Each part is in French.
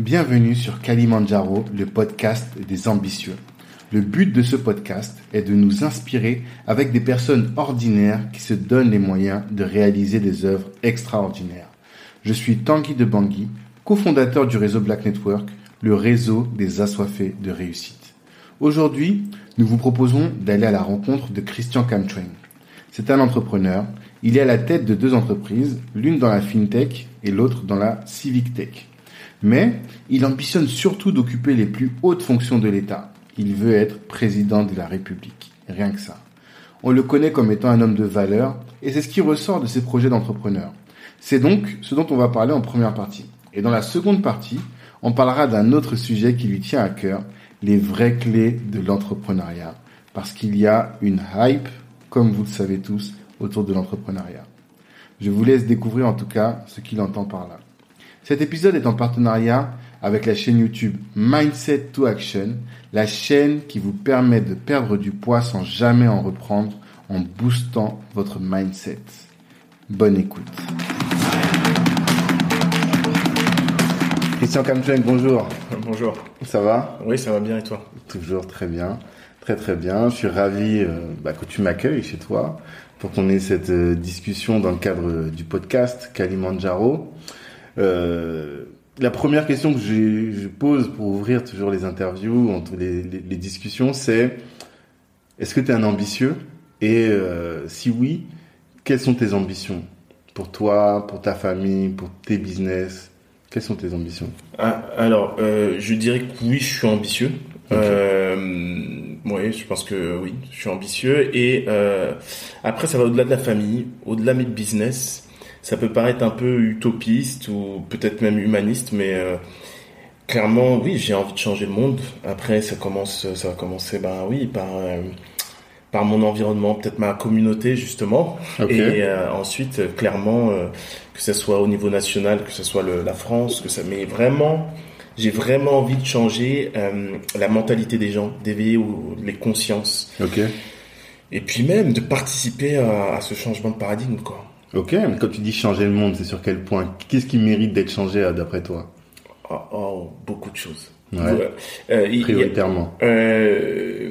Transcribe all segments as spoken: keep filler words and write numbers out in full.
Bienvenue sur Kalimandjaro, le podcast des ambitieux. Le but de ce podcast est de nous inspirer avec des personnes ordinaires qui se donnent les moyens de réaliser des œuvres extraordinaires. Je suis Tanguy de Bangui, cofondateur du réseau Black Network, le réseau des assoiffés de réussite. Aujourd'hui, nous vous proposons d'aller à la rencontre de Christian Camtrain. C'est un entrepreneur. Il est à la tête de deux entreprises, l'une dans la FinTech et l'autre dans la Civic Tech. Mais il ambitionne surtout d'occuper les plus hautes fonctions de l'État. Il veut être président de la République. Rien que ça. On le connaît comme étant un homme de valeur et c'est ce qui ressort de ses projets d'entrepreneur. C'est donc ce dont on va parler en première partie. Et dans la seconde partie, on parlera d'un autre sujet qui lui tient à cœur, les vraies clés de l'entrepreneuriat. Parce qu'il y a une hype, comme vous le savez tous, autour de l'entrepreneuriat. Je vous laisse découvrir en tout cas ce qu'il entend par là. Cet épisode est en partenariat avec la chaîne YouTube Mindset to Action, la chaîne qui vous permet de perdre du poids sans jamais en reprendre en boostant votre mindset. Bonne écoute. Christian Camtrain, bonjour. Bonjour. Ça va ? Oui, ça va bien et toi ? Toujours très bien, très très bien. Je suis ravi euh, bah, que tu m'accueilles chez toi pour qu'on ait cette euh, discussion dans le cadre du podcast Kalimandjaro. Euh, la première question que je, je pose pour ouvrir toujours les interviews, entre les, les, les discussions, c'est est-ce que tu es un ambitieux ? Et euh, si oui, quelles sont tes ambitions pour toi, pour ta famille, pour tes business ? Quelles sont tes ambitions ? ah, Alors, euh, je dirais que oui, je suis ambitieux. Okay. Euh, oui, je pense que oui, je suis ambitieux. Et euh, après, ça va au-delà de la famille, au-delà de business. Ça peut paraître un peu utopiste ou peut-être même humaniste, mais euh, clairement, oui, j'ai envie de changer le monde. Après, ça commence, ça va commencer, ben oui, par euh, par mon environnement, peut-être ma communauté justement, okay. Et euh, ensuite, euh, clairement, euh, que ce soit au niveau national, que ce soit le, la France, que ça, mais vraiment, j'ai vraiment envie de changer euh, la mentalité des gens, d'éveiller les consciences, okay. Et puis même de participer à, à ce changement de paradigme, quoi. Ok, mais quand tu dis changer le monde, c'est sur quel point ? Qu'est-ce qui mérite d'être changé d'après toi ? Oh, oh, beaucoup de choses. Ouais. Euh, Prioritairement. Il y a, euh,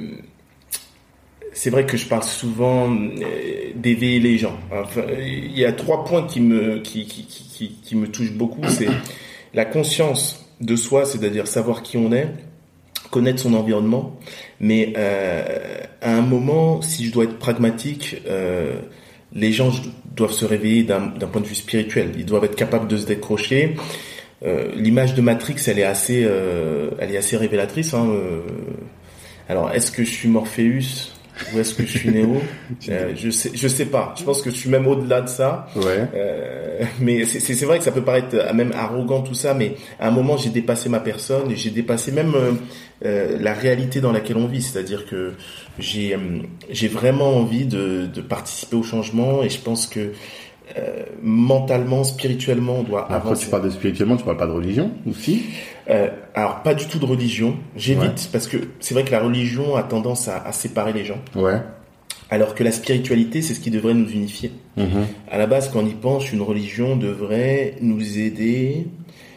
c'est vrai que je parle souvent d'éveiller les gens. Enfin, il y a trois points qui me qui qui qui qui me touchent beaucoup. C'est la conscience de soi, c'est-à-dire savoir qui on est, connaître son environnement. Mais euh, à un moment, si je dois être pragmatique. Euh, Les gens doivent se réveiller d'un, d'un point de vue spirituel. Ils doivent être capables de se décrocher. Euh, l'image de Matrix, elle est assez, euh, elle est assez révélatrice. Hein. Euh, alors, est-ce que je suis Morpheus ou est-ce que je suis Néo ? euh, Je sais, je sais pas. Je pense que je suis même au-delà de ça. Ouais. Euh, mais c'est, c'est, c'est vrai que ça peut paraître même arrogant tout ça, mais à un moment, j'ai dépassé ma personne et j'ai dépassé même euh, euh, la réalité dans laquelle on vit. C'est-à-dire que j'ai, euh, j'ai vraiment envie de, de participer au changement et je pense que euh, mentalement, spirituellement, on doit Après, avancer. tu parles de spirituellement, tu parles pas de religion aussi ? Euh, alors pas du tout de religion. J'évite ouais. parce que c'est vrai que la religion a tendance à, à séparer les gens. Ouais. Alors que la spiritualité, c'est ce qui devrait nous unifier. Mmh. À la base, quand on y pense, une religion devrait nous aider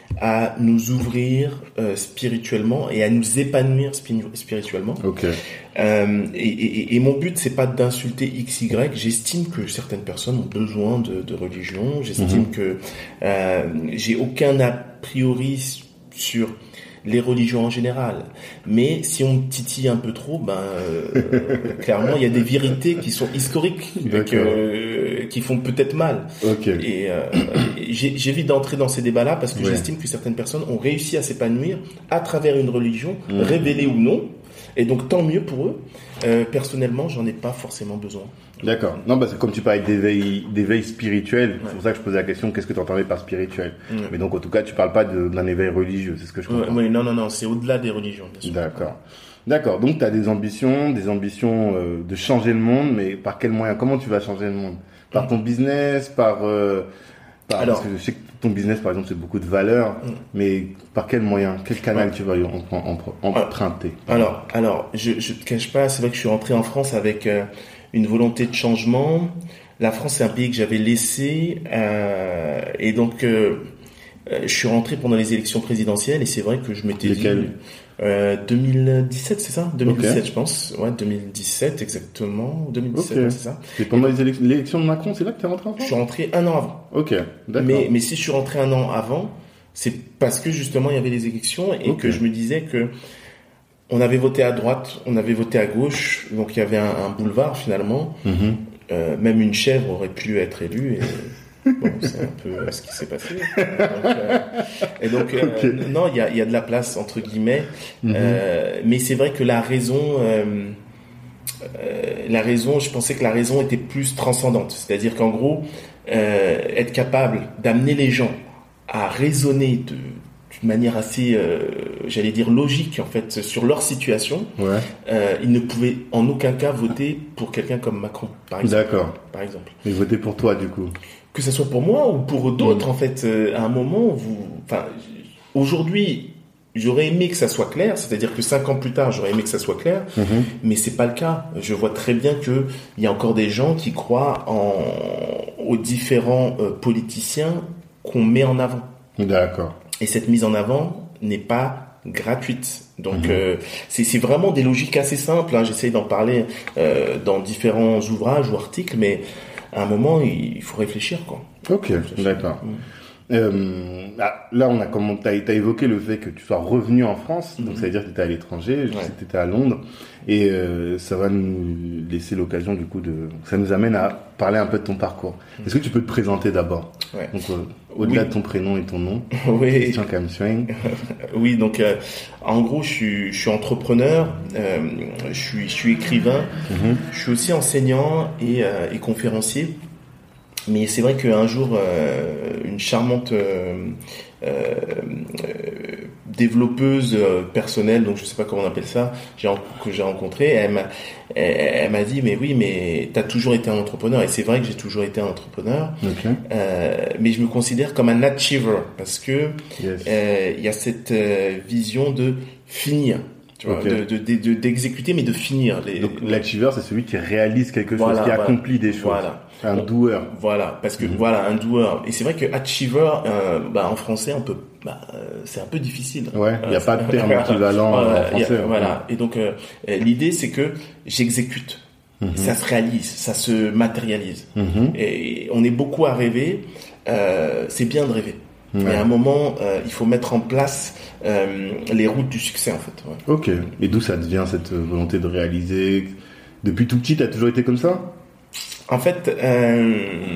à nous ouvrir euh, spirituellement et à nous épanouir spirituellement. Okay. Euh, et, et, et mon but, c'est pas d'insulter X, Y. J'estime que certaines personnes ont besoin de, de religion. J'estime mmh. que euh, j'ai aucun a priori sur les religions en général. Mais si on titille un peu trop, ben euh, clairement, il y a des vérités qui sont historiques, que, qui font peut-être mal. Okay. Et euh, j'ai, j'évite d'entrer dans ces débats-là parce que ouais. j'estime que certaines personnes ont réussi à s'épanouir à travers une religion, mmh. révélée ou non. Et donc, tant mieux pour eux. Euh, personnellement, j'en ai pas forcément besoin. D'accord. Non, parce que comme tu parlais d'éveil, d'éveil spirituel, ouais. c'est pour ça que je posais la question, qu'est-ce que tu entendais par spirituel ? Ouais. Mais donc, en tout cas, tu parles pas de, d'un éveil religieux, c'est ce que je comprends. Oui, ouais, non, non, non, c'est au-delà des religions, bien sûr. D'accord. D'accord. Donc, tu as des ambitions, des ambitions euh, de changer le monde, mais par quel moyen ? Comment tu vas changer le monde ? Par mmh. ton business, par... Euh, par Alors, parce que je sais que ton business, par exemple, c'est beaucoup de valeur, mmh. mais par quel moyen ? Quel canal ouais. tu vas emprunter ? Alors, alors, je ne te cache pas, c'est vrai que je suis rentré en France avec... Euh, une volonté de changement. La France, c'est un pays que j'avais laissé, euh, et donc euh, euh, je suis rentré pendant les élections présidentielles et c'est vrai que je m'étais Lesquelles dit euh, deux mille dix-sept, c'est ça? deux mille dix-sept, okay. je pense. Ouais, deux mille dix-sept exactement. deux mille dix-sept, okay. ouais, c'est ça. Et pendant les élec- l'élection de Macron, c'est là que tu es rentré en France? Je suis rentré un an avant. Ok, d'accord. Mais, mais si je suis rentré un an avant, c'est parce que justement il y avait les élections et okay. que je me disais que on avait voté à droite, on avait voté à gauche, donc il y avait un, un boulevard finalement. Mm-hmm. Euh, même une chèvre aurait pu être élue. Et bon, c'est un peu ce qui s'est passé. Donc, euh, et donc, euh, okay. non, il y a, y a de la place entre guillemets, mm-hmm. euh, mais c'est vrai que la raison, euh, euh, la raison, je pensais que la raison était plus transcendante. C'est-à-dire qu'en gros, euh, être capable d'amener les gens à raisonner de d'une manière assez, euh, j'allais dire logique en fait, sur leur situation, ouais. euh, ils ne pouvaient en aucun cas voter pour quelqu'un comme Macron, par exemple. D'accord. Par exemple. Et voter pour toi, du coup. Que ce soit pour moi ou pour d'autres, mmh. en fait, euh, à un moment, vous, enfin, aujourd'hui, j'aurais aimé que ça soit clair, c'est-à-dire que cinq ans plus tard, j'aurais aimé que ça soit clair, mmh. mais c'est pas le cas. Je vois très bien que il y a encore des gens qui croient en, aux différents euh, politiciens qu'on met en avant. D'accord. Et cette mise en avant n'est pas gratuite. Donc, mmh. euh, c'est, c'est vraiment des logiques assez simples. Hein. J'essaye d'en parler euh, dans différents ouvrages ou articles, mais à un moment, il faut réfléchir, quoi. Ok, réfléchir. D'accord. Mmh. Euh, là, on a comment t'as, t'as évoqué le fait que tu sois revenu en France, mmh. donc ça veut dire que tu étais à l'étranger, je ouais. sais que tu étais à Londres, et euh, ça va nous laisser l'occasion du coup de, ça nous amène à parler un peu de ton parcours. Mmh. Est-ce que tu peux te présenter d'abord? Ouais. Donc, euh, au-delà oui. de ton prénom et ton nom. Oui. Christian Kamsweng. Oui, donc euh, en gros, je suis, je suis entrepreneur, euh, je suis, je suis écrivain, mmh. je suis aussi enseignant et, euh, et conférencier. Mais c'est vrai qu'un jour, euh, une charmante euh, euh, développeuse euh, personnelle, donc je sais pas comment on appelle ça, j'ai, que j'ai rencontrée, elle m'a, elle, elle m'a dit, mais oui, mais t'as toujours été un entrepreneur. Et c'est vrai que j'ai toujours été un entrepreneur. Okay. Euh, mais je me considère comme un achiever parce que yes. euh, il y a cette euh, vision de finir. Tu vois, okay. de, de, de, de, d'exécuter, mais de finir. Les, Donc, l'achiever, c'est celui qui réalise quelque chose, voilà, qui voilà. accomplit des choses. Voilà. Un doer. Voilà, parce que mm-hmm. voilà, un doer. Et c'est vrai que achiever, euh, bah, en français, on peut, bah, euh, c'est un peu difficile. Ouais, il n'y a euh, pas de terme équivalent voilà, en français. A, voilà. Et donc, euh, l'idée, c'est que j'exécute. Mm-hmm. Ça se réalise, ça se matérialise. Mm-hmm. Et on est beaucoup à rêver. Euh, c'est bien de rêver. Ouais. Mais à un moment, euh, il faut mettre en place euh, les routes du succès, en fait. Ouais. Ok. Et d'où ça devient cette volonté de réaliser? Depuis tout petit, t'as toujours été comme ça? En fait, euh,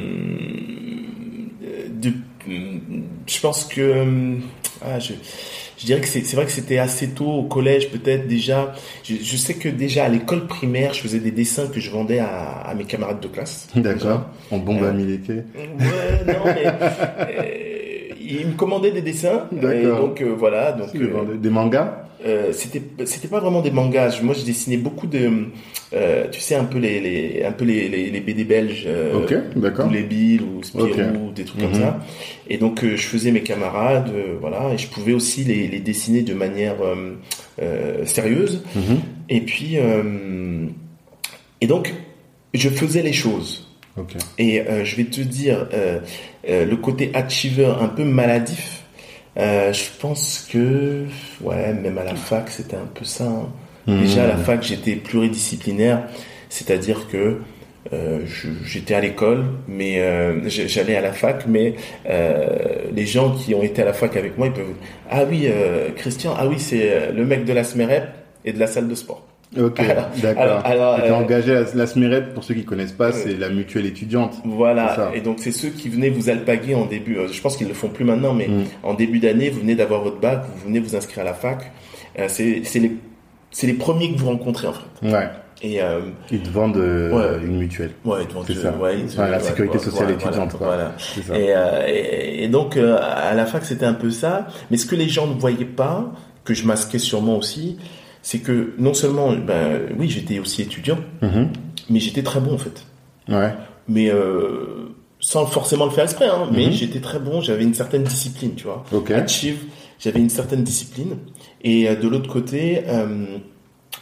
de, je pense que, ah, je, je dirais que c'est, c'est vrai que c'était assez tôt au collège, peut-être déjà. Je, je sais que déjà à l'école primaire, je faisais des dessins que je vendais à, à mes camarades de classe. D'accord. Déjà. En bombe euh, à Mileke. Ouais, non, mais. Euh, il me commandait des dessins. D'accord. Et donc euh, voilà. Donc euh, des mangas. Euh, c'était c'était pas vraiment des mangas. Moi, je dessinais beaucoup de, euh, tu sais, un peu les les un peu les les, les B D belges. Euh, ok, d'accord. Ou les Bill ou Spirou, okay. Des trucs mm-hmm. comme ça. Et donc euh, je faisais mes camarades, euh, voilà, et je pouvais aussi les les dessiner de manière euh, euh, sérieuse. Mm-hmm. Et puis euh, et donc je faisais les choses. Okay. Et euh, je vais te dire, euh, euh, le côté achiever un peu maladif, euh, je pense que, ouais, même à la fac, c'était un peu ça. Hein. Mmh. Déjà, à la fac, j'étais pluridisciplinaire, c'est-à-dire que euh, je, j'étais à l'école, mais euh, j'allais à la fac, mais euh, les gens qui ont été à la fac avec moi, ils peuvent... Ah oui, euh, Christian, ah oui, c'est le mec de la SMEREP et de la salle de sport. Ok, alors, d'accord. Alors, alors, tu es euh, engagé à la SMEREP, pour ceux qui connaissent pas, c'est la mutuelle étudiante. Voilà, et donc c'est ceux qui venaient vous alpaguer en début, je pense qu'ils le font plus maintenant, mais mm. en début d'année, vous venez d'avoir votre bac, vous venez vous inscrire à la fac, euh, c'est, c'est, les, c'est les premiers que vous rencontrez en fait. Ouais. Et euh, ils te vendent euh, ouais. une mutuelle. Ouais, ils te vendent c'est ça. Ouais, ils te, ouais, la ouais, sécurité ouais, sociale ouais, étudiante. Voilà. voilà. C'est ça. Et, euh, et, et donc euh, à la fac, c'était un peu ça, mais ce que les gens ne voyaient pas, que je masquais sûrement aussi, c'est que non seulement, ben oui, j'étais aussi étudiant, mm-hmm. mais j'étais très bon en fait. Ouais. Mais euh, sans forcément le faire exprès, hein, mm-hmm. mais j'étais très bon, j'avais une certaine discipline, tu vois. Okay. Achieve, j'avais une certaine discipline. Et euh, de l'autre côté, euh,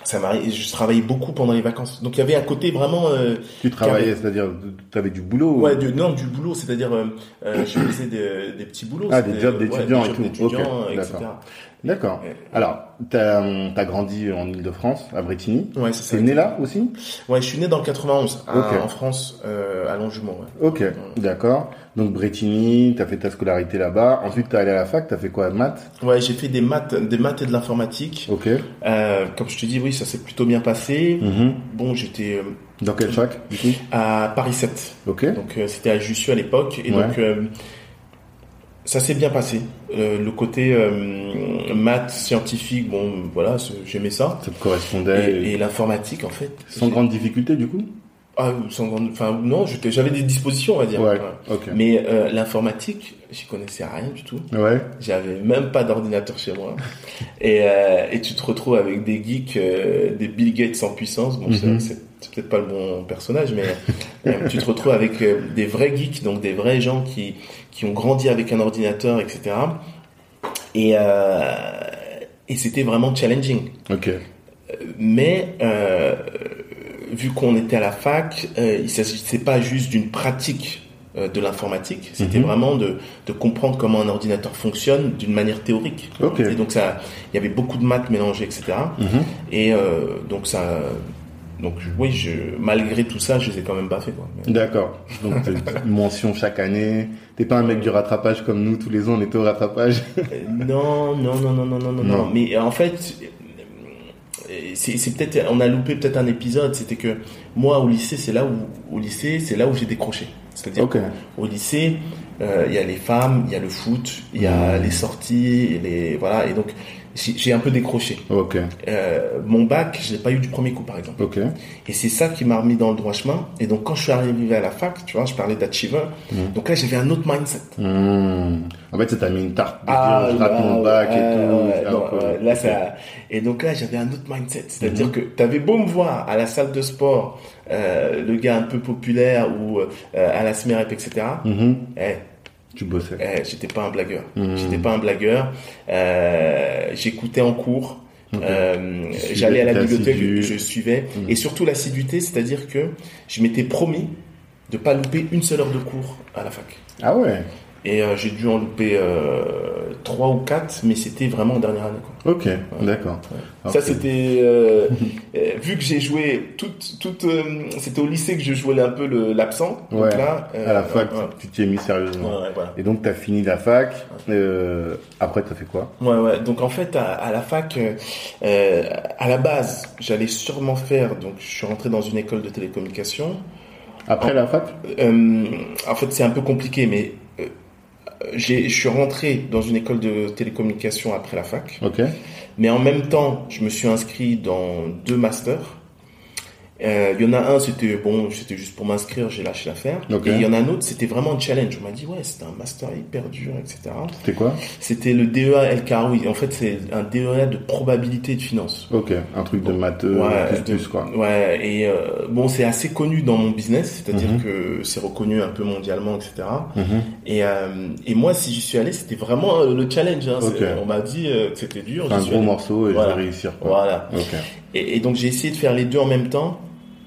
ça m'arrive. Je travaillais beaucoup pendant les vacances. Donc il y avait un côté vraiment. Euh, tu travaillais, c'est-à-dire, tu avais du boulot. Ouais, du, non, du boulot, c'est-à-dire, euh, euh, je faisais des, des petits boulots. Ah, des jobs d'étudiants ouais, et tout. d'étudiants, Okay, et cetera. D'accord. D'accord. Alors, t'as, t'as grandi en Île-de-France, à Bretigny. Ouais, c'est ça. T'es né là aussi? Ouais, je suis né dans le quatre-vingt-onze, à, okay. en France, euh, à Longjumeau. Ouais. Ok, ouais. D'accord. Donc Bretigny, t'as fait ta scolarité là-bas. Ensuite, t'es allé à la fac, t'as fait quoi, maths? Ouais, j'ai fait des maths, des maths et de l'informatique. Ok. Euh, comme je te dis, oui, ça s'est plutôt bien passé. Mm-hmm. Bon, j'étais. Euh, Dans quelle fac, du coup? À Paris sept. Ok. Donc euh, c'était à Jussieu à l'époque, et ouais. donc. Euh, Ça s'est bien passé. Euh, le côté euh, maths, scientifique, bon, voilà, j'aimais ça. Ça te correspondait. Et, et l'informatique, en fait. Sans grande difficulté, du coup? Ah, sans grande, enfin, non, j'avais des dispositions, on va dire. Ouais, ok. Mais euh, l'informatique, j'y connaissais rien du tout. Ouais. J'avais même pas d'ordinateur chez moi. et, euh, et tu te retrouves avec des geeks, euh, des Bill Gates en puissance. Bon, mm-hmm. c'est, c'est peut-être pas le bon personnage, mais euh, tu te retrouves avec euh, des vrais geeks, donc des vrais gens qui qui ont grandi avec un ordinateur, et cetera. Et, euh, et c'était vraiment challenging. Ok. Mais euh, vu qu'on était à la fac, euh, il s'agissait pas juste d'une pratique euh, de l'informatique, c'était mm-hmm. vraiment de, de comprendre comment un ordinateur fonctionne d'une manière théorique. Okay. Et donc ça, il y avait beaucoup de maths mélangées, et cetera. Mm-hmm. Et euh, donc ça... Donc oui, je, malgré tout ça, je les ai quand même pas fait, quoi. Mais... D'accord. Donc mention chaque année. T'es pas un mec du rattrapage comme nous, tous les ans on était au rattrapage. non, non, non, non, non, non, non, non. Mais en fait, c'est, c'est peut-être, on a loupé peut-être un épisode. C'était que moi au lycée, c'est là où, au lycée, c'est là où j'ai décroché. C'est-à-dire okay. au lycée, il euh, y a les femmes, il y a le foot, il y a mmh. les sorties, et les voilà, et donc. J'ai un peu décroché. Okay. Euh, mon bac, je l'ai pas eu du premier coup, par exemple. Okay. Et c'est ça qui m'a remis dans le droit chemin. Et donc, quand je suis arrivé à la fac, tu vois, je parlais d'achiever. Mm. Donc là, j'avais un autre mindset. Mm. En fait, ça t'a mis une tarte de ah, dire, je rate mon bac euh, et tout. Ouais, non, euh, là, ça... Et donc là, j'avais un autre mindset. C'est-à-dire mm-hmm. que t'avais beau me voir à la salle de sport, euh, le gars un peu populaire ou euh, à la SMEREP, et cetera. Mm-hmm. Eh, Tu bossais. Eh, j'étais pas un blagueur. Mmh. J'étais pas un blagueur. Euh, j'écoutais en cours. Okay. Euh, j'allais à la bibliothèque, assidu. je suivais. Mmh. Et surtout l'assiduité, c'est-à-dire que je m'étais promis de pas louper une seule heure de cours à la fac. Ah ouais. Et euh, j'ai dû en louper euh, trois ou quatre, mais c'était vraiment en dernière année, quoi. Ok, ouais. D'accord. Ouais. Ça, c'était... Euh, euh, vu que j'ai joué... Toute, toute, euh, c'était au lycée que je jouais un peu le, l'absent. Ouais, donc là, euh, à la fac, ouais, tu t'y es mis sérieusement. Ouais, ouais, voilà. Et donc, tu as fini la fac. Euh, après, tu as fait quoi? Ouais, ouais. Donc, en fait, à, à la fac, euh, à la base, j'allais sûrement faire... Donc, je suis rentré dans une école de télécommunications. Après en, la fac euh, En fait, c'est un peu compliqué, mais... Euh, J'ai, je suis rentré dans une école de télécommunications après la fac. Ok. Mais en même temps, je me suis inscrit dans deux masters. Euh, il y en a un, c'était bon, c'était juste pour m'inscrire, j'ai lâché l'affaire. Okay. Et il y en a un autre, c'était vraiment un challenge. On m'a dit, ouais, c'était un master hyper dur, et cetera. C'était quoi? C'était le D E A L Karoui. En fait, c'est un D E A de probabilité de finance. Ok, un truc bon, de maths ouais, plus plus, quoi. Ouais, et euh, bon, c'est assez connu dans mon business, c'est-à-dire mm-hmm. que c'est reconnu un peu mondialement, et cetera. Mm-hmm. Et, euh, et moi, si j'y suis allé, c'était vraiment euh, le challenge. Hein. Okay. On m'a dit euh, que c'était dur. C'est un gros allé. morceau et voilà. je vais réussir. Quoi. Voilà. Okay. Et, et donc, j'ai essayé de faire les deux en même temps.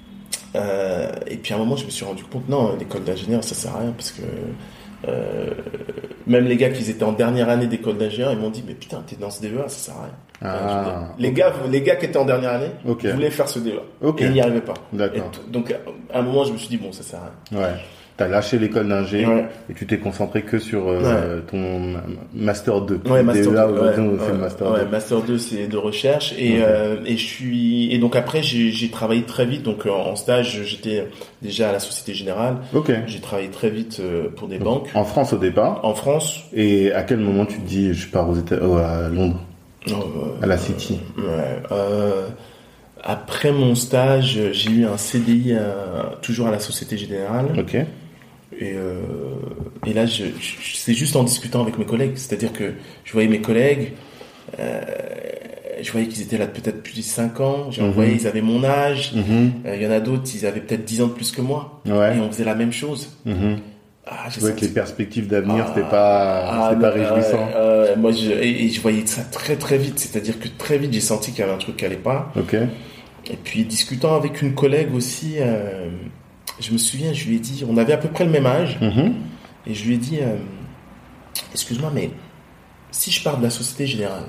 Euh, et puis à un moment je me suis rendu compte non, l'école d'ingénieur ça sert à rien parce que euh, même les gars qui étaient en dernière année d'école d'ingénieur ils m'ont dit mais putain t'es dans ce D E A ça sert à rien. Ah, dire, les okay. gars les gars qui étaient en dernière année okay. voulaient faire ce D E A okay. et ils n'y arrivaient pas. D'accord. Et donc à un moment je me suis dit bon ça sert à rien. Ouais. T'as lâché l'école d'ingé ouais. et tu t'es concentré que sur euh, ouais. ton master deux. Ouais, master D E A, deux. aujourd'hui, Ouais, on fait ouais, le master ouais, deux. master deux, c'est de recherche et okay. euh, et je suis et donc après j'ai j'ai travaillé très vite donc en stage j'étais déjà à la Société Générale. Ok. J'ai travaillé très vite pour des donc, banques. En France au départ. En France. Et à quel moment tu te dis je pars aux États oh, à Londres. Oh, euh, à la City. Euh, ouais. Euh, après mon stage, j'ai eu un C D I à, toujours à la Société Générale. Ok. Et, euh, et là, je, je, c'est juste en discutant avec mes collègues. C'est-à-dire que je voyais mes collègues, euh, je voyais qu'ils étaient là peut-être plus de cinq ans. Je mm-hmm. voyais ils avaient mon âge. Il mm-hmm. euh, y en a d'autres, ils avaient peut-être dix ans de plus que moi. Ouais. Et on faisait la même chose. Mm-hmm. Ah, j'ai Tu vois senti... que les perspectives d'avenir, ah, c'était pas, ah, c'était pas mais, réjouissant. Euh, euh, moi, je, et, et je voyais ça très très vite. C'est-à-dire que très vite, j'ai senti qu'il y avait un truc qui allait pas. Ok. Et puis, discutant avec une collègue aussi, euh, je me souviens, je lui ai dit, on avait à peu près le même âge, Mhm. et je lui ai dit, euh, excuse-moi, mais si je pars de la Société Générale,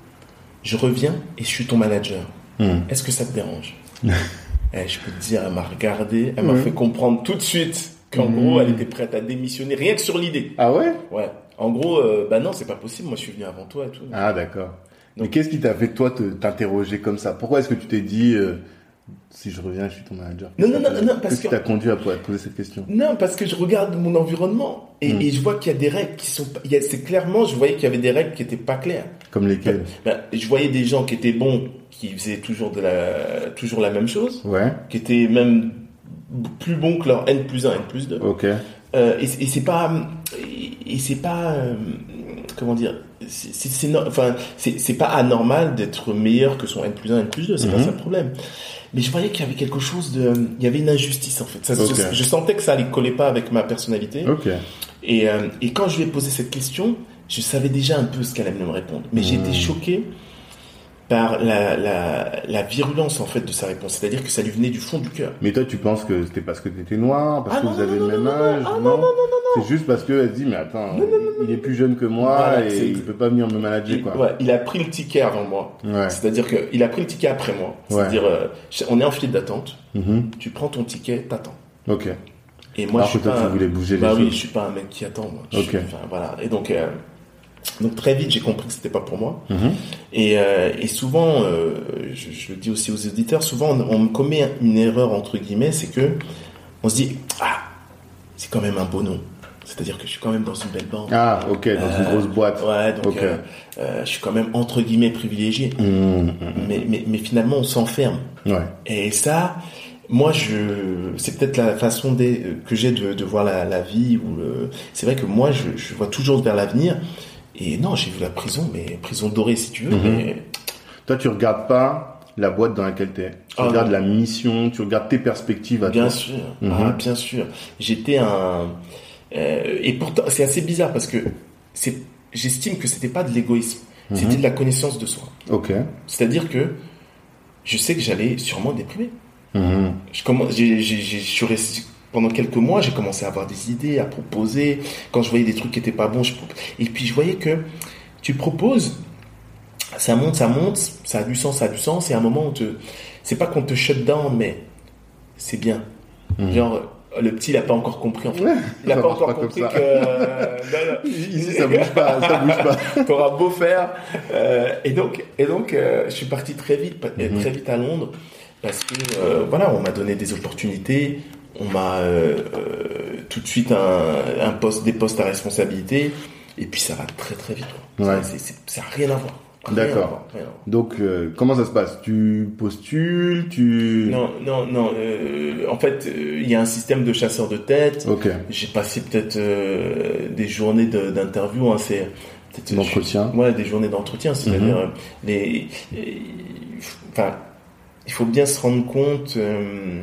je reviens et je suis ton manager, Mhm. est-ce que ça te dérange? Et je peux te dire, elle m'a regardé, elle m'a Mhm. fait comprendre tout de suite qu'en Mhm. gros, elle était prête à démissionner, rien que sur l'idée. Ah ouais? Ouais. En gros, euh, bah non, c'est pas possible. Moi, je suis venu avant toi et tout. Ah d'accord. Mais Donc- qu'est-ce qui t'a fait toi te, t'interroger comme ça? Pourquoi est-ce que tu t'es dit euh, si je reviens, je suis ton manager? Non, Qu'est-ce non, qui non, t'a- non, parce Qu'est-ce qui que- t'a conduit à te poser cette question? Non, parce que je regarde mon environnement et, Mm. et je vois qu'il y a des règles qui sont. pas- il y a- C'est clairement, je voyais qu'il y avait des règles qui étaient pas claires. Comme lesquelles? Ben, je voyais des gens qui étaient bons, qui faisaient toujours de la, toujours la même chose, Ouais. qui étaient même plus bons que leur N plus un, N plus deux. Ok. Euh, et, et c'est pas, et, et c'est pas, euh, comment dire, c'est, c'est, c'est no- enfin, c'est, c'est pas anormal d'être meilleur que son N plus un, N plus deux, c'est Mhm. pas ça le problème. Mais je voyais qu'il y avait quelque chose de, il y avait une injustice en fait. Ça, Ok. je, je sentais que ça allait coller pas avec ma personnalité. Ok. Et, euh, et quand je lui ai posé cette question, je savais déjà un peu ce qu'elle allait me répondre. Mais j'ai été Mhm. choqué par la, la, la virulence en fait de sa réponse. C'est-à-dire que ça lui venait du fond du cœur. Mais toi, tu penses que c'était parce que t'étais noir, parce Ah que non, vous non, avez non, le même non, non, âge? ah non, non, non, non, C'est juste parce qu'elle se dit, mais attends, il est plus jeune que moi Voilà, et c'est- il peut pas venir me manager, Il, quoi. ouais, il a pris le ticket avant moi. Ouais. C'est-à-dire qu'il a pris le ticket après moi. Ouais. C'est-à-dire, euh, on est en file d'attente. Mhm. Tu prends ton ticket, t'attends. Ok. Et moi, Alors je suis que toi, pas. tu un- voulais bouger les bah oui, choses. je suis pas un mec qui attend. Moi. Je Ok. suis- enfin, voilà. Et donc, euh, donc très vite, j'ai compris que c'était pas pour moi. Mhm. Et, euh, et souvent, euh, je, je le dis aussi aux auditeurs, souvent on, on commet une erreur entre guillemets, c'est que on se dit ah, c'est quand même un beau nom. C'est-à-dire que je suis quand même dans une belle banque. Ah, ok, dans une Euh, grosse boîte. Ouais, donc Ok. euh, euh, je suis quand même entre guillemets privilégié. Mhm, mhm. Mais, mais, mais finalement, on s'enferme. Ouais. Et ça, moi, je, c'est peut-être la façon des, que j'ai de, de voir la, la vie. Ou le, c'est vrai que moi, je, je vois toujours vers l'avenir. Et non, j'ai vu la prison, mais prison dorée, si tu veux. Mhm. Mais, Toi, tu regardes pas la boîte dans laquelle tu es. Tu Ah, regardes non. la mission, tu regardes tes perspectives à bien toi. sûr, Mhm. ah, bien sûr. J'étais un, euh, et pourtant, c'est assez bizarre parce que c'est, j'estime que c'était pas de l'égoïsme, Mhm. c'était de la connaissance de soi. Ok. C'est-à-dire que je sais que j'allais sûrement déprimer. Mhm. Je commence, j'ai, j'ai, j'ai, je suis resté- pendant quelques mois, j'ai commencé à avoir des idées, à proposer. Quand je voyais des trucs qui étaient pas bons, je, prop- et puis je voyais que tu proposes, ça monte, ça monte, ça a du sens, ça a du sens, et à un moment, on te, c'est pas qu'on te shut down, mais c'est bien. Mhm. Genre, le petit, il a pas encore compris, en fait. Ouais, Il a ça pas marche encore pas comme compris ça. que, euh, non, non. Ici, ça bouge pas, ça bouge pas. T'auras beau faire. Euh, et donc, et donc euh, je suis parti très vite, pa- Mhm. très vite à Londres, parce que euh, voilà, on m'a donné des opportunités, on m'a euh, euh, tout de suite un, un poste, des postes à responsabilité, et puis ça va très très vite. Quoi. Ouais. Ça, c'est, c'est, ça n'a rien à voir. Rien D'accord. à voir, rien à voir. Donc, euh, comment ça se passe? Tu postules, tu... Non, non, non. euh, en fait, euh, il y a un système de chasseur de tête. Ok. J'ai passé peut-être euh, des journées de, d'interview. Hein, c'est peut-être D'entretien. Ouais, des journées d'entretien. C'est-à-dire Mhm. euh, les, les- enfin, il faut bien se rendre compte. euh,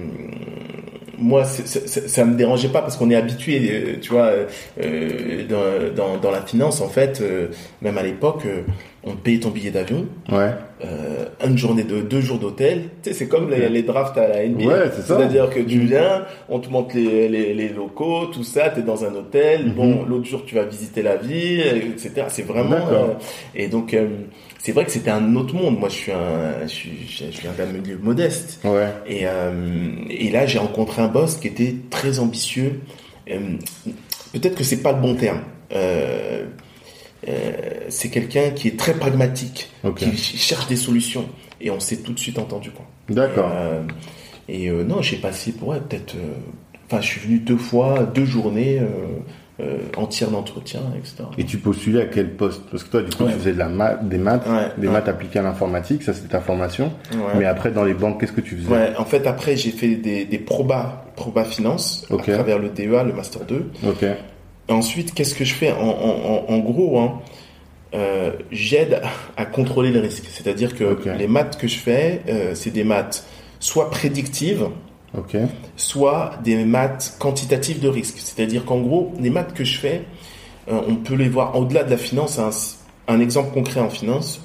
moi, c'est- c'est- c'est- ça me dérangeait pas parce qu'on est habitué, euh, tu vois, euh, dans, dans, dans la finance, en fait, euh, même à l'époque, euh, on te payait ton billet d'avion, Ouais. euh, une journée de deux jours d'hôtel. Tu sais, c'est comme les, les drafts à la N B A. Ouais, c'est ça. C'est-à-dire que tu viens, on te montre les, les, les locaux, tout ça, t'es dans un hôtel. Mhm. Bon, l'autre jour, tu vas visiter la ville, et cetera. C'est vraiment. D'accord. euh, et donc, euh, c'est vrai que c'était un autre monde. Moi, je suis un, je suis, je viens d'un milieu modeste. Ouais. Et, euh, et là, j'ai rencontré un boss qui était très ambitieux. Euh, peut-être que c'est pas le bon terme. Euh, euh, c'est quelqu'un qui est très pragmatique, Ok. qui ch- cherche des solutions. Et on s'est tout de suite entendu, quoi. D'accord. Et, euh, et, euh, non, j'ai passé pour ouais, peut-être. euh, Enfin, je suis venu deux fois, deux journées euh, euh, entières d'entretien, et cetera. Et tu postulais à quel poste? Parce que toi, du coup, Ouais. tu faisais de la ma- des maths, Ouais, des ouais. maths appliquées à l'informatique, ça c'était ta formation. Ouais. Mais après, dans les banques, qu'est-ce que tu faisais? Ouais, en fait, après, j'ai fait des, des probas, probas finance Ok. à travers le D E A, le Master deux. Ok. Ensuite, qu'est-ce que je fais en, en, en, en gros, hein, euh, j'aide à contrôler le risque. C'est-à-dire que Ok. les maths que je fais, euh, c'est des maths soit prédictives, Ok. soit des maths quantitatives de risque. C'est-à-dire qu'en gros, les maths que je fais, euh, on peut les voir au-delà de la finance. Un, un exemple concret en finance,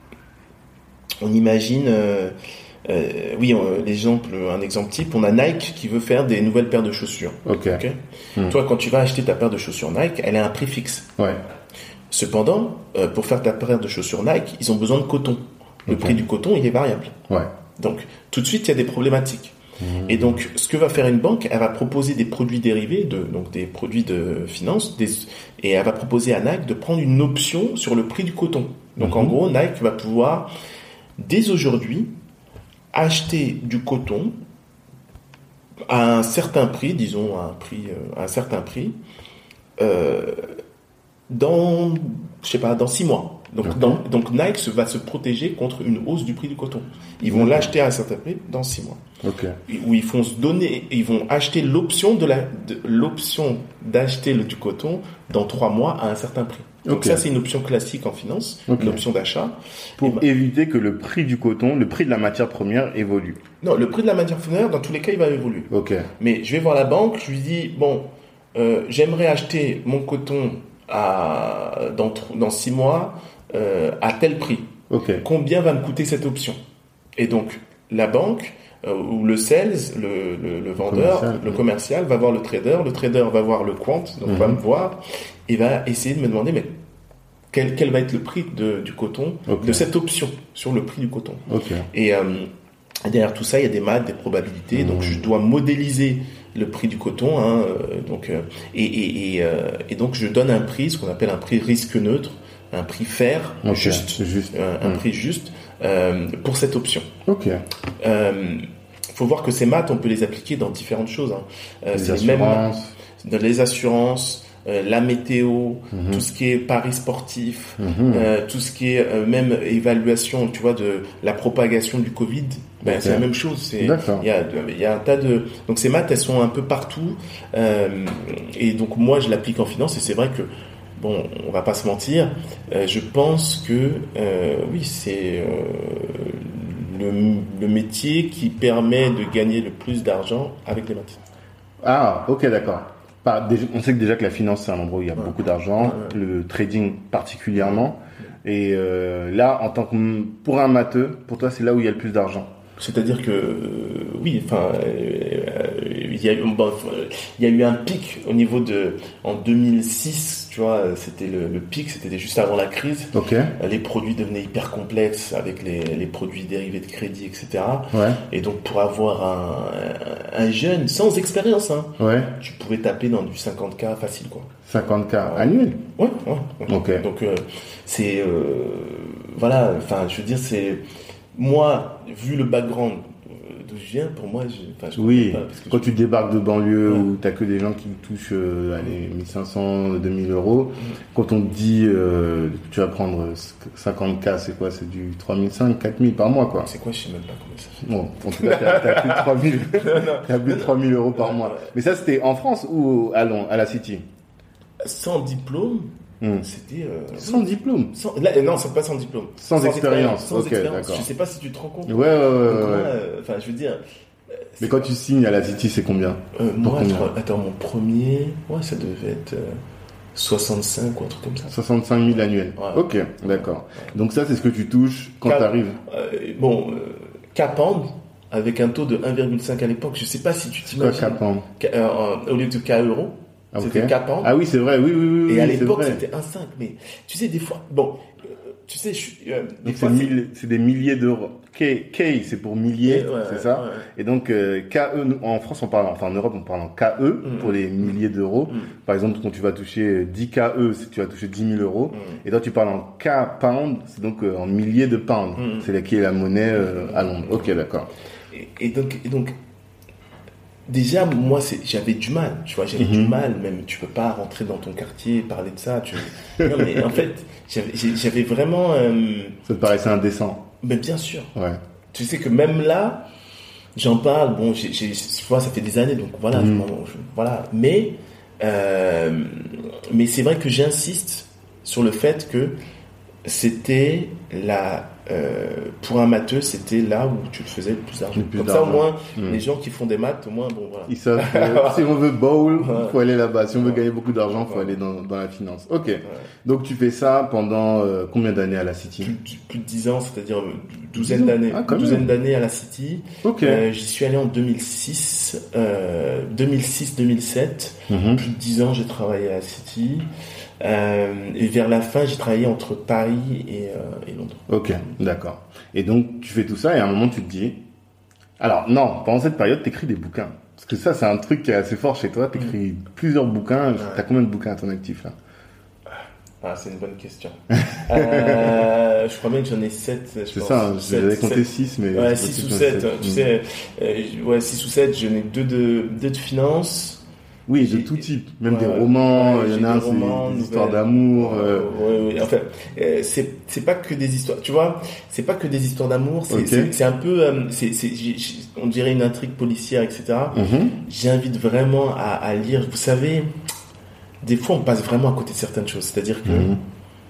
on imagine, euh, euh, oui, euh, l'exemple, un exemple type, on a Nike qui veut faire des nouvelles paires de chaussures. Ok. Okay Hmm. Toi, quand tu vas acheter ta paire de chaussures Nike, elle a un prix fixe. Ouais. Cependant, euh, pour faire ta paire de chaussures Nike, ils ont besoin de coton. Le Ok. prix du coton, il est variable. Ouais. Donc, tout de suite, il y a des problématiques. Mmh. Et donc, ce que va faire une banque, elle va proposer des produits dérivés, de, donc des produits de finance, des, et elle va proposer à Nike de prendre une option sur le prix du coton. Donc, Mmh. en gros, Nike va pouvoir, dès aujourd'hui, acheter du coton à un certain prix, disons à un prix, euh, à un certain prix, euh, dans, je sais pas, dans six mois. Donc, Okay. dans, donc Nike se, va se protéger contre une hausse du prix du coton. Ils vont Okay. l'acheter à un certain prix dans six mois. Ok. Où ils font se donner, ils vont acheter l'option de la, de, l'option d'acheter le, du coton dans trois mois à un certain prix. Donc Okay. ça, c'est une option classique en finance, Okay. une option d'achat. Pour ben, éviter que le prix du coton, le prix de la matière première évolue. non, le prix de la matière première, dans tous les cas, il va évoluer. Ok. Mais je vais voir la banque, je lui dis, bon, euh, j'aimerais acheter mon coton à, dans, dans six mois euh, à tel prix. Ok. Combien va me coûter cette option? Et donc, la banque, euh, ou le sales, le, le, le vendeur, Commercial, le oui. commercial va voir le trader, le trader va voir le quant, donc Mhm. va me voir, et va essayer de me demander, mais quel, quel va être le prix de, du coton, Ok. de cette option sur le prix du coton. Ok. Et euh, derrière tout ça, il y a des maths, des probabilités. Mmh. Donc, je dois modéliser le prix du coton. Hein, euh, donc, euh, et, et, et, euh, et donc, je donne un prix, ce qu'on appelle un prix risque neutre, un prix fair, Ok. juste, Juste. euh, un Mmh. prix juste euh, pour cette option. Ok. Euh, faut voir que ces maths, on peut les appliquer dans différentes choses. Hein. Euh, Les c'est les mêmes assurances. dans les assurances, euh, la météo, Mhm. tout ce qui est paris sportif, Mhm. euh, tout ce qui est euh, même évaluation, tu vois, de la propagation du Covid, ben, Ok. c'est la même chose. C'est, D'accord. il y a, il y a un tas de, donc ces maths, elles sont un peu partout, euh, et donc moi, je l'applique en finance, et c'est vrai que, bon, on va pas se mentir, euh, je pense que, euh, oui, c'est euh, le, le métier qui permet de gagner le plus d'argent avec les maths. Ah, ok, d'accord. Bah, déjà- on sait que déjà que la finance, c'est un endroit où il y a Ouais. beaucoup d'argent, Ouais, ouais. le trading particulièrement. Et euh, là, en tant que pour un matheux, pour toi, c'est là où il y a le plus d'argent. C'est-à-dire que euh, oui, enfin, euh, il y a eu, bon, euh, il y a eu un pic au niveau de en deux mille six, tu vois, c'était le, le pic, c'était juste avant la crise. Ok. Les produits devenaient hyper complexes avec les, les produits dérivés de crédit, et cetera. Ouais. Et donc pour avoir un, un jeune sans expérience, hein, Ouais. tu pouvais taper dans du cinquante K facile, quoi. cinquante K annuel. Ouais, ouais. ouais. Ok. Donc euh, c'est euh, voilà, enfin, je veux dire, c'est moi, vu le background d'où je viens, pour moi, je, enfin, je Oui. comprends pas, parce que Quand je- tu débarques de banlieue Ouais. où t'as que des gens qui touchent euh, allez, mille cinq cents, deux mille euros, quand on te dit euh, que tu vas prendre cinquante K, c'est quoi? C'est du trois mille cinq cents, quatre mille par mois, quoi. c'est quoi, je sais même pas comment ça fait. Bon, en tout cas, t'as, t'as plus de trois mille, t'as plus de trois mille euros par mois. Mais ça, c'était en France ou à Londres, à la City? Sans diplôme, Hmm. c'était euh, Sans diplôme. sans- là, non, c'est pas sans diplôme. Sans expérience. Sans Ok, expérience. d'accord. Je sais pas si tu te rends compte. Ouais, ouais, ouais, Donc, ouais, moi, ouais. euh, enfin, je veux dire. euh, Mais c'est- quand tu signes à la City, c'est combien? euh, moi, combien attends, attends, mon premier, ouais, ça devait être euh, soixante-cinq ou un truc comme ça. soixante-cinq mille annuels. Ouais. Ok, d'accord. Donc ça, c'est ce que tu touches quand Quatre- t'arrives. Euh, bon, euh, Capand, avec un taux de un virgule cinq à l'époque, je sais pas si tu C'est quoi t'imagines. Capand? Ca- euh, euh, au lieu de K euros, Ah, ok. c'était Capand. Ah oui, c'est vrai, oui, oui, oui. Et à oui, c'est l'époque, vrai. c'était un virgule cinq. Mais tu sais, des fois, bon, euh, tu sais, je suis. euh, des Donc fois, c'est, c'est- mille- c'est des milliers d'euros. K, K c'est pour milliers, Ouais, c'est ouais, ça. ouais. Et donc euh, K E, nous, en France on parle, enfin en Europe on parle en K E Mhm. pour les milliers d'euros. Mhm. Par exemple, quand tu vas toucher dix K E, c'est- tu vas toucher dix mille euros. Mhm. Et toi tu parles en K pound, c'est donc euh, en milliers de pounds. Mhm. C'est là qui est la monnaie euh, à Londres. Ok, d'accord. Et, et donc, et donc, déjà, moi, c'est, j'avais du mal, tu vois, j'avais Mhm. du mal, même, tu peux pas rentrer dans ton quartier et parler de ça, tu non, mais en fait, j'avais, j'ai- j'avais vraiment, euh, Ça te paraissait indécent. mais bien sûr, Ouais. tu sais que même là, j'en parle, bon, j'ai, j'ai, tu vois, ça fait des années, donc voilà, Mhm. bon, je- voilà, mais, euh, mais c'est vrai que j'insiste sur le fait que c'était la euh, pour un matheux, c'était là où tu le faisais le plus d'argent. plus Comme d'argent. ça, au moins, mmh. les gens qui font des maths, au moins, bon, voilà. Ils savent que si on veut bowl, il faut aller là-bas. Si on veut Ouais. gagner beaucoup d'argent, il faut Ouais. aller dans, dans la finance. Ok. Ouais. Donc, tu fais ça pendant euh, combien d'années à la City? Plus, plus de dix ans, c'est-à-dire une douzaine d'années. Ah, quand une même. douzaine d'années à la City. Ok. Euh, j'y suis allé en deux mille six, euh, deux mille six deux mille sept. Mhm. Plus de dix ans, j'ai travaillé à la City. Euh, et vers la fin, j'ai travaillé entre Paris et, euh, et Londres. Ok, d'accord. Et donc, tu fais tout ça et à un moment, tu te dis... Alors, non, pendant cette période, tu écris des bouquins. Parce que ça, c'est un truc qui est assez fort chez toi. Tu écris mmh. plusieurs bouquins. Ouais. Tu as combien de bouquins à ton actif, là? Ah, c'est une bonne question. euh, je crois même que j'en ai sept. C'est ça, j'avais compté six, mais... Ouais, six ou sept. Tu mmh. sais, euh, ouais, six ou sept. J'en ai deux de, deux de finance. Oui, de tout type, même ouais, des romans, il ouais, y en a un, c'est des nouvelles, histoires d'amour. Euh... Ouais, ouais, enfin, euh, c'est c'est pas que des histoires, tu vois, c'est pas que des histoires d'amour, c'est okay. c'est un peu, euh, c'est c'est on dirait une intrigue policière, et cetera. Mm-hmm. J'invite vraiment à, à lire. Vous savez, des fois on passe vraiment à côté de certaines choses, c'est-à-dire que mm-hmm.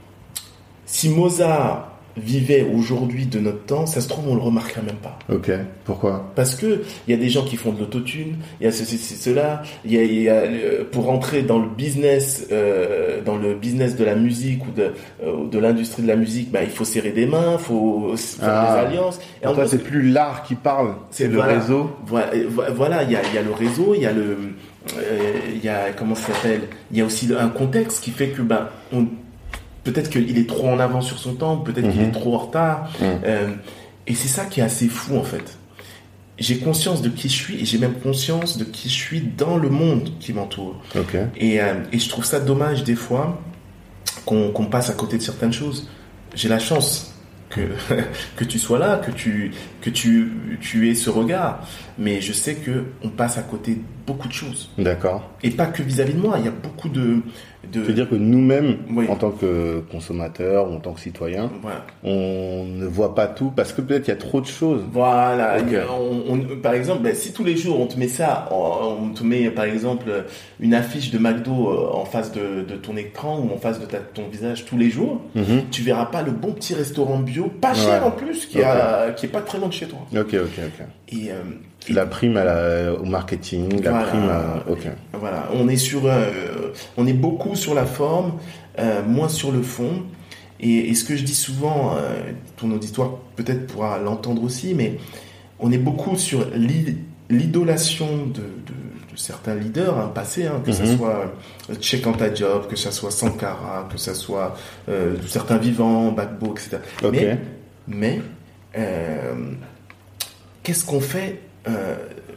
si Mozart vivait aujourd'hui de notre temps, ça se trouve on le remarquerait même pas. Ok. Pourquoi? Parce que il y a des gens qui font de l'autotune, il y a ceci, cela, il y a, il y a pour rentrer dans le business, euh, dans le business de la musique ou de euh, de l'industrie de la musique, bah il faut serrer des mains, il faut faire ah, des alliances. Et en toi, c'est plus l'art qui parle, c'est, c'est le voilà, réseau. Voilà, voilà, il y a il y a le réseau, il y a le euh, il y a comment ça s'appelle, il y a aussi un contexte qui fait que bah on peut-être qu'il est trop en avant sur son temps, peut-être mmh. qu'il est trop en retard. Mmh. Euh, et c'est ça qui est assez fou, en fait. J'ai conscience de qui je suis et j'ai même conscience de qui je suis dans le monde qui m'entoure. Okay. Et, euh, et je trouve ça dommage, des fois, qu'on, qu'on passe à côté de certaines choses. J'ai la chance que, que tu sois là, que, tu, que tu, tu aies ce regard. Mais je sais qu'on passe à côté de beaucoup de choses. D'accord. Et pas que vis-à-vis de moi. Il y a beaucoup de... de... Tu veux dire que nous-mêmes, oui. en tant que consommateurs ou en tant que citoyens, voilà. on ne voit pas tout parce que peut-être il y a trop de choses. Voilà. Okay. On, on, par exemple, ben, si tous les jours on te met ça, on, on te met par exemple une affiche de McDo en face de, de ton écran ou en face de ta, ton visage tous les jours, mm-hmm. tu verras pas le bon petit restaurant bio, pas cher ouais. en plus, qui, okay. a, qui est pas très loin de chez toi. Ok, ok, ok. Et, euh, et la prime à la, au marketing, la voilà, prime à... Ok. Voilà, on est sur, euh, on est beaucoup sur la forme, euh, moins sur le fond. Et, et ce que je dis souvent, euh, ton auditoire peut-être pourra l'entendre aussi, mais on est beaucoup sur l'idolation de, de, de certains leaders hein, passés, hein, que mm-hmm. ce soit Cheikh Anta Diop, que ce soit Sankara, que ce soit euh, certains vivants, Gbagbo, et cetera. Okay. Mais, mais euh, qu'est-ce qu'on fait euh,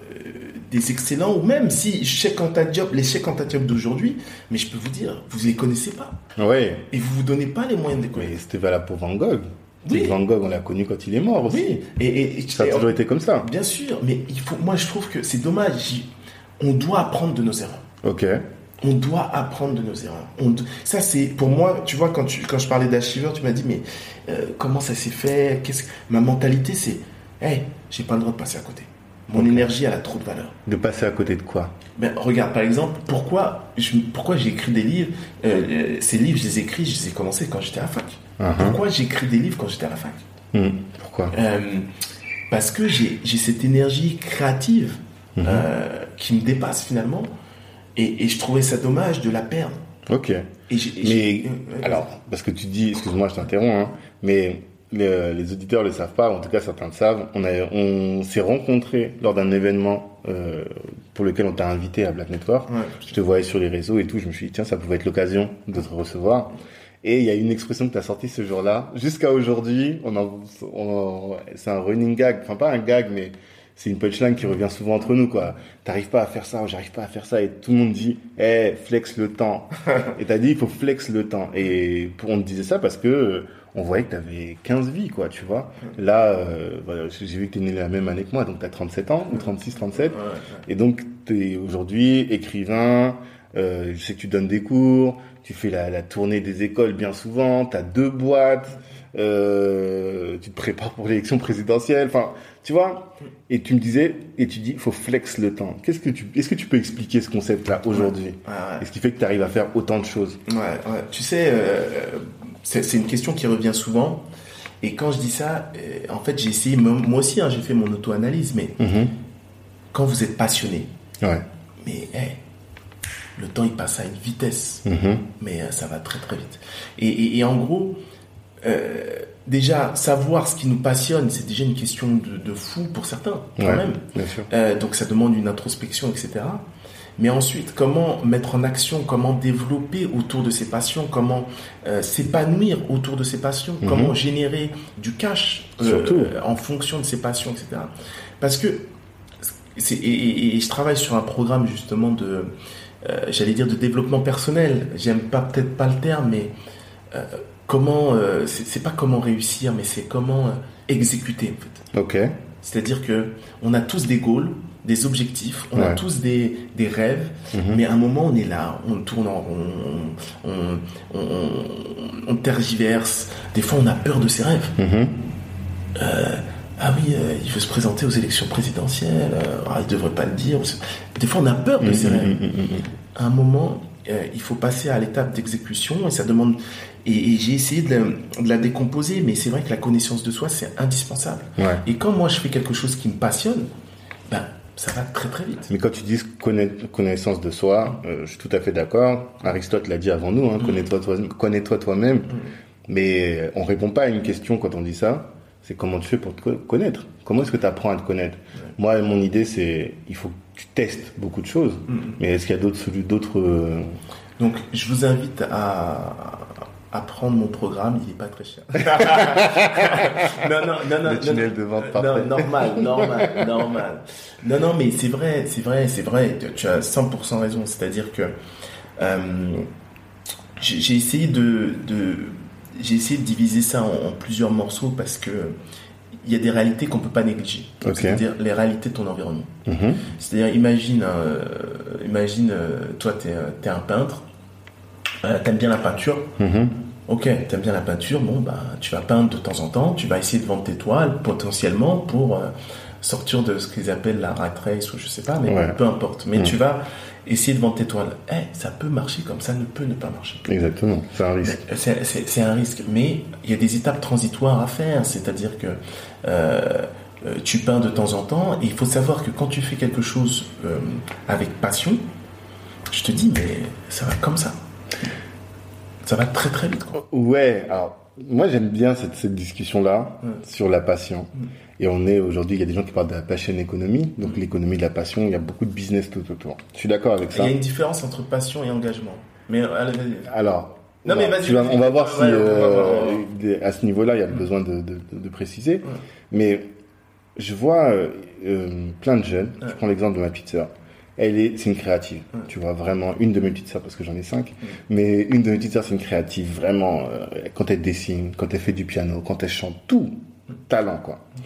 des excellents, ou même si Cheikh Anta Diop, les Cheikh Anta Diop d'aujourd'hui, mais je peux vous dire, vous les connaissez pas. Oui. Et vous vous donnez pas les moyens de les connaître. Mais c'était valable pour Van Gogh. Oui. Van Gogh, on l'a connu quand il est mort aussi. Oui. Et, et, et ça a toujours été comme ça. Bien sûr, mais il faut. Moi, je trouve que c'est dommage. On doit apprendre de nos erreurs. Ok. On doit apprendre de nos erreurs. On, ça, c'est pour moi. Tu vois, quand tu quand je parlais d'Achiever, tu m'as dit, mais euh, comment ça s'est fait? Qu'est-ce que ma mentalité, c'est, hey, j'ai pas le droit de passer à côté. Mon okay. énergie, elle a trop de valeur. De passer à côté de quoi? Ben, regarde, par exemple, pourquoi, je, pourquoi j'ai écrit des livres euh, Ces livres, je les ai écrits, je les ai commencés quand j'étais à la fac. Uh-huh. Pourquoi j'ai écrit des livres quand j'étais à la fac? mmh. Pourquoi euh, Parce que j'ai, j'ai cette énergie créative mmh. euh, qui me dépasse finalement. Et, et je trouvais ça dommage de la perdre. Ok. Et j'ai, et mais, j'ai, euh, alors, parce que tu dis, excuse-moi, je t'interromps, hein, mais... Les, les auditeurs le savent pas, en tout cas certains le savent. On, a, on s'est rencontrés lors d'un événement euh, pour lequel on t'a invité à Black Network. Ouais. Je te voyais sur les réseaux et tout. Je me suis dit tiens, ça pouvait être l'occasion de te recevoir. Et il y a une expression que tu as sortie ce jour-là. Jusqu'à aujourd'hui, on en, on en, c'est un running gag, enfin pas un gag, mais c'est une punchline qui revient souvent entre nous, quoi. T'arrives pas à faire ça, ou j'arrive pas à faire ça, et tout le monde dit, eh, hey, flex le temps. Et t'as dit, il faut flex le temps. Et on te disait ça parce que on voyait que t'avais quinze vies, quoi, tu vois. Là, euh, voilà, j'ai vu que t'es né la même année que moi, donc t'as trente-sept ans, ou trente-six, trente-sept. Ouais, ouais. Et donc, t'es aujourd'hui écrivain, euh, je sais que tu donnes des cours, tu fais la, la tournée des écoles bien souvent, t'as deux boîtes, euh, tu te prépares pour l'élection présidentielle, enfin, tu vois. Et tu me disais, et tu dis, faut flex le temps. Qu'est-ce que tu, est-ce que tu peux expliquer ce concept-là aujourd'hui? Ouais, ouais. Et ce qui fait que tu arrives à faire autant de choses? Ouais, ouais. Tu sais, euh, c'est, c'est une question qui revient souvent. Et quand je dis ça, euh, en fait, j'ai essayé, moi aussi, hein, j'ai fait mon auto-analyse, mais mm-hmm. quand vous êtes passionné, ouais. mais hey, le temps il passe à une vitesse, mm-hmm. mais euh, ça va très très vite. Et, et, et en gros, euh, déjà savoir ce qui nous passionne, c'est déjà une question de, de fou pour certains, quand ouais, même. Bien sûr. Euh, donc ça demande une introspection, et cetera. Mais ensuite, comment mettre en action, comment développer autour de ses passions, comment euh, s'épanouir autour de ses passions, mm-hmm. comment générer du cash euh, en fonction de ses passions, et cetera. Parce que, c'est, et, et, et je travaille sur un programme justement de, euh, j'allais dire de développement personnel. J'aime pas peut-être pas le terme, mais euh, comment, euh, c'est, c'est pas comment réussir, mais c'est comment euh, exécuter en fait. Ok. C'est-à-dire que on a tous des goals, des objectifs, on ouais. a tous des, des rêves, mm-hmm. mais à un moment on est là, on tourne en rond, on, on, on, on tergiverse, des fois on a peur de ses rêves. Mm-hmm. Euh, ah oui, euh, il veut se présenter aux élections présidentielles, euh, ah, il devrait pas le dire. Des fois on a peur de mm-hmm. ses rêves. Mm-hmm. À un moment, euh, il faut passer à l'étape d'exécution et ça demande... Et, et j'ai essayé de la, de la décomposer, mais c'est vrai que la connaissance de soi c'est indispensable. Ouais. Et quand moi je fais quelque chose qui me passionne, ben ça va très très vite. Mais quand tu dis connaissance de soi, euh, je suis tout à fait d'accord. Aristote l'a dit avant nous, hein, mmh. connais-toi, toi, connais-toi toi-même. Mmh. Mais on répond pas à une question quand on dit ça. C'est comment tu fais pour te connaître. Comment est-ce que tu apprends à te connaître? Ouais. Moi, mon idée, c'est il faut que tu testes beaucoup de choses. Mmh. Mais est-ce qu'il y a d'autres... d'autres euh... Donc, je vous invite à... à prendre mon programme, il n'est pas très cher. non, non, non, non. Le tunnel non, de vente non, parfait. Normal, normal, normal. Non, non, mais c'est vrai, c'est vrai, c'est vrai. Tu as cent pour cent raison. C'est-à-dire que euh, j'ai, j'ai essayé de, de, j'ai essayé de diviser ça en, en plusieurs morceaux parce que il y a des réalités qu'on peut pas négliger. Okay. C'est-à-dire les réalités de ton environnement. Mm-hmm. C'est-à-dire, imagine, euh, imagine, euh, toi, t'es, t'es un peintre. Euh, t'aimes bien la peinture, mm-hmm. ok, t'aimes bien la peinture, bon bah tu vas peindre de temps en temps, tu vas essayer de vendre tes toiles potentiellement pour euh, sortir de ce qu'ils appellent la rat race ou je sais pas, mais ouais. bon, peu importe. Mais mm. tu vas essayer de vendre tes toiles. Eh, hey, ça peut marcher comme ça ne peut ne pas marcher. Exactement, c'est un risque. C'est, c'est, c'est un risque, mais il y a des étapes transitoires à faire, c'est-à-dire que euh, tu peins de temps en temps et il faut savoir que quand tu fais quelque chose euh, avec passion, je te dis mais ça va comme ça. Ça va très très vite, quoi. Ouais, alors moi j'aime bien cette, cette discussion-là ouais. sur la passion. Mm. Et on est aujourd'hui, il y a des gens qui parlent de la passion économie, donc mm. l'économie de la passion, il y a beaucoup de business tout autour. Je suis d'accord avec ça. Il y a une différence entre passion et engagement. Mais allez, vas-y. Alors, non, bah, mais vas-y, vas, on va voir si ouais, euh, voir. à ce niveau-là il y a besoin de, de, de préciser. Ouais. Mais je vois euh, plein de jeunes. Ouais. Je prends l'exemple de ma petite sœur. Elle est, c'est une créative, ouais. tu vois, vraiment, une de mes petites sœurs, parce que j'en ai cinq, ouais. mais une de mes petites sœurs, c'est une créative, vraiment, euh, quand elle dessine, quand elle fait du piano, quand elle chante, tout, ouais. talent, quoi. Ouais.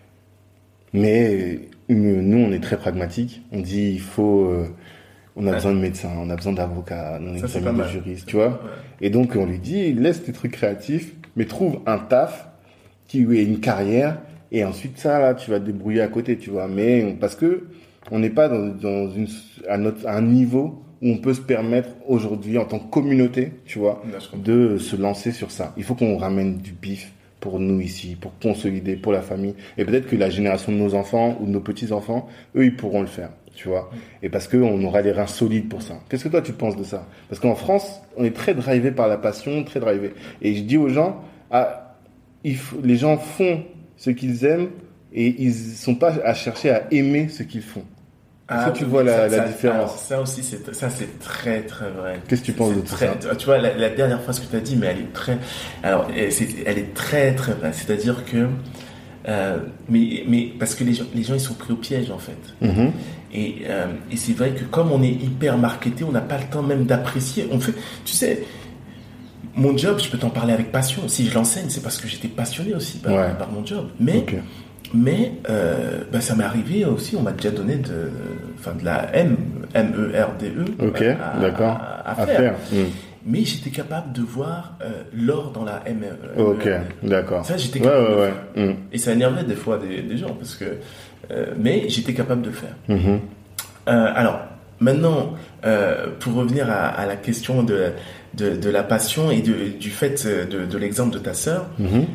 Mais une, nous, on est très pragmatiques, on dit, il faut, euh, on a ouais. besoin de médecins, on a besoin d'avocats, on a une famille de juristes, tu vois, ouais. et donc on lui dit, laisse tes trucs créatifs, mais trouve un taf qui est une carrière, et ensuite ça, là, tu vas te débrouiller à côté, tu vois, mais parce que on n'est pas dans, dans une, à, notre, à un niveau où on peut se permettre aujourd'hui, en tant que communauté, tu vois, de se lancer sur ça. Il faut qu'on ramène du bif pour nous ici, pour consolider, pour la famille. Et peut-être que la génération de nos enfants ou de nos petits-enfants, eux, ils pourront le faire, tu vois. Et parce qu'on aura les reins solides pour ça. Qu'est-ce que toi, tu penses de ça? Parce qu'en France, on est très drivé par la passion, très drivé. Et je dis aux gens, ah, il faut, les gens font ce qu'ils aiment et ils sont pas à chercher à aimer ce qu'ils font. Est-ce ah, que tu vois la, ça, la différence? Alors, ça aussi, c'est, ça, c'est très, très vrai. Qu'est-ce que tu penses c'est de tout très, ça? Tu vois, la, la dernière phrase que tu as dit, mais elle est très, alors, c'est, elle est très, très vraie. C'est-à-dire que, euh, mais, mais, parce que les gens, les gens, ils sont pris au piège, en fait. Mm-hmm. Et, euh, et c'est vrai que comme on est hyper marketé, on n'a pas le temps même d'apprécier. On fait, tu sais, mon job, je peux t'en parler avec passion. Si je l'enseigne, c'est parce que j'étais passionné aussi par, ouais. par mon job. Mais, okay. Mais euh, bah, ça m'est arrivé aussi, on m'a déjà donné de, enfin, de la M, M E R D E okay, à, d'accord. à, à faire. À faire. Mmh. Mais j'étais capable de voir euh, l'or dans la M E R D E. Ok, d'accord. Ça, j'étais capable ouais, de ouais, le faire. ouais. Mmh. Et ça énervait des fois des, des gens, parce que, euh, mais j'étais capable de le faire. Mmh. Euh, alors, maintenant, euh, pour revenir à, à la question de, de, de la passion et de, du fait de, de l'exemple de ta sœur, mmh.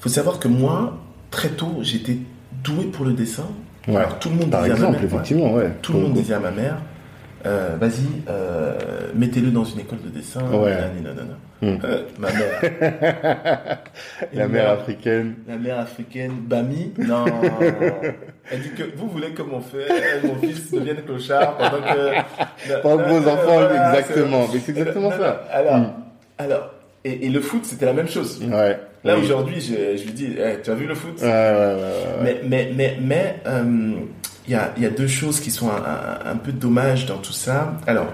faut savoir que moi, très tôt, j'étais doué pour le dessin. Ouais. Alors, tout le monde Par disait exemple, à ma mère, effectivement, ouais. tout le monde disait à ma mère, euh, vas-y, euh, mettez-le dans une école de dessin. Ouais. Nanana, nanana. Mm. Euh, ma mère. La mère africaine. La mère africaine, Bami. Non. Elle dit que vous voulez que mon, fait, mon fils devienne clochard pendant que. Pas vos enfants, voilà, exactement. c'est... Mais c'est exactement non, ça. non, alors, Mm. alors et, et le foot, c'était la même chose. Ouais. Là, oui. aujourd'hui, je, je lui dis, hey, tu as vu le foot? Ouais, ouais, ouais, ouais. Mais, mais, mais, mais, euh, il y a, il y a deux choses qui sont un, un, un peu dommages dans tout ça. Alors,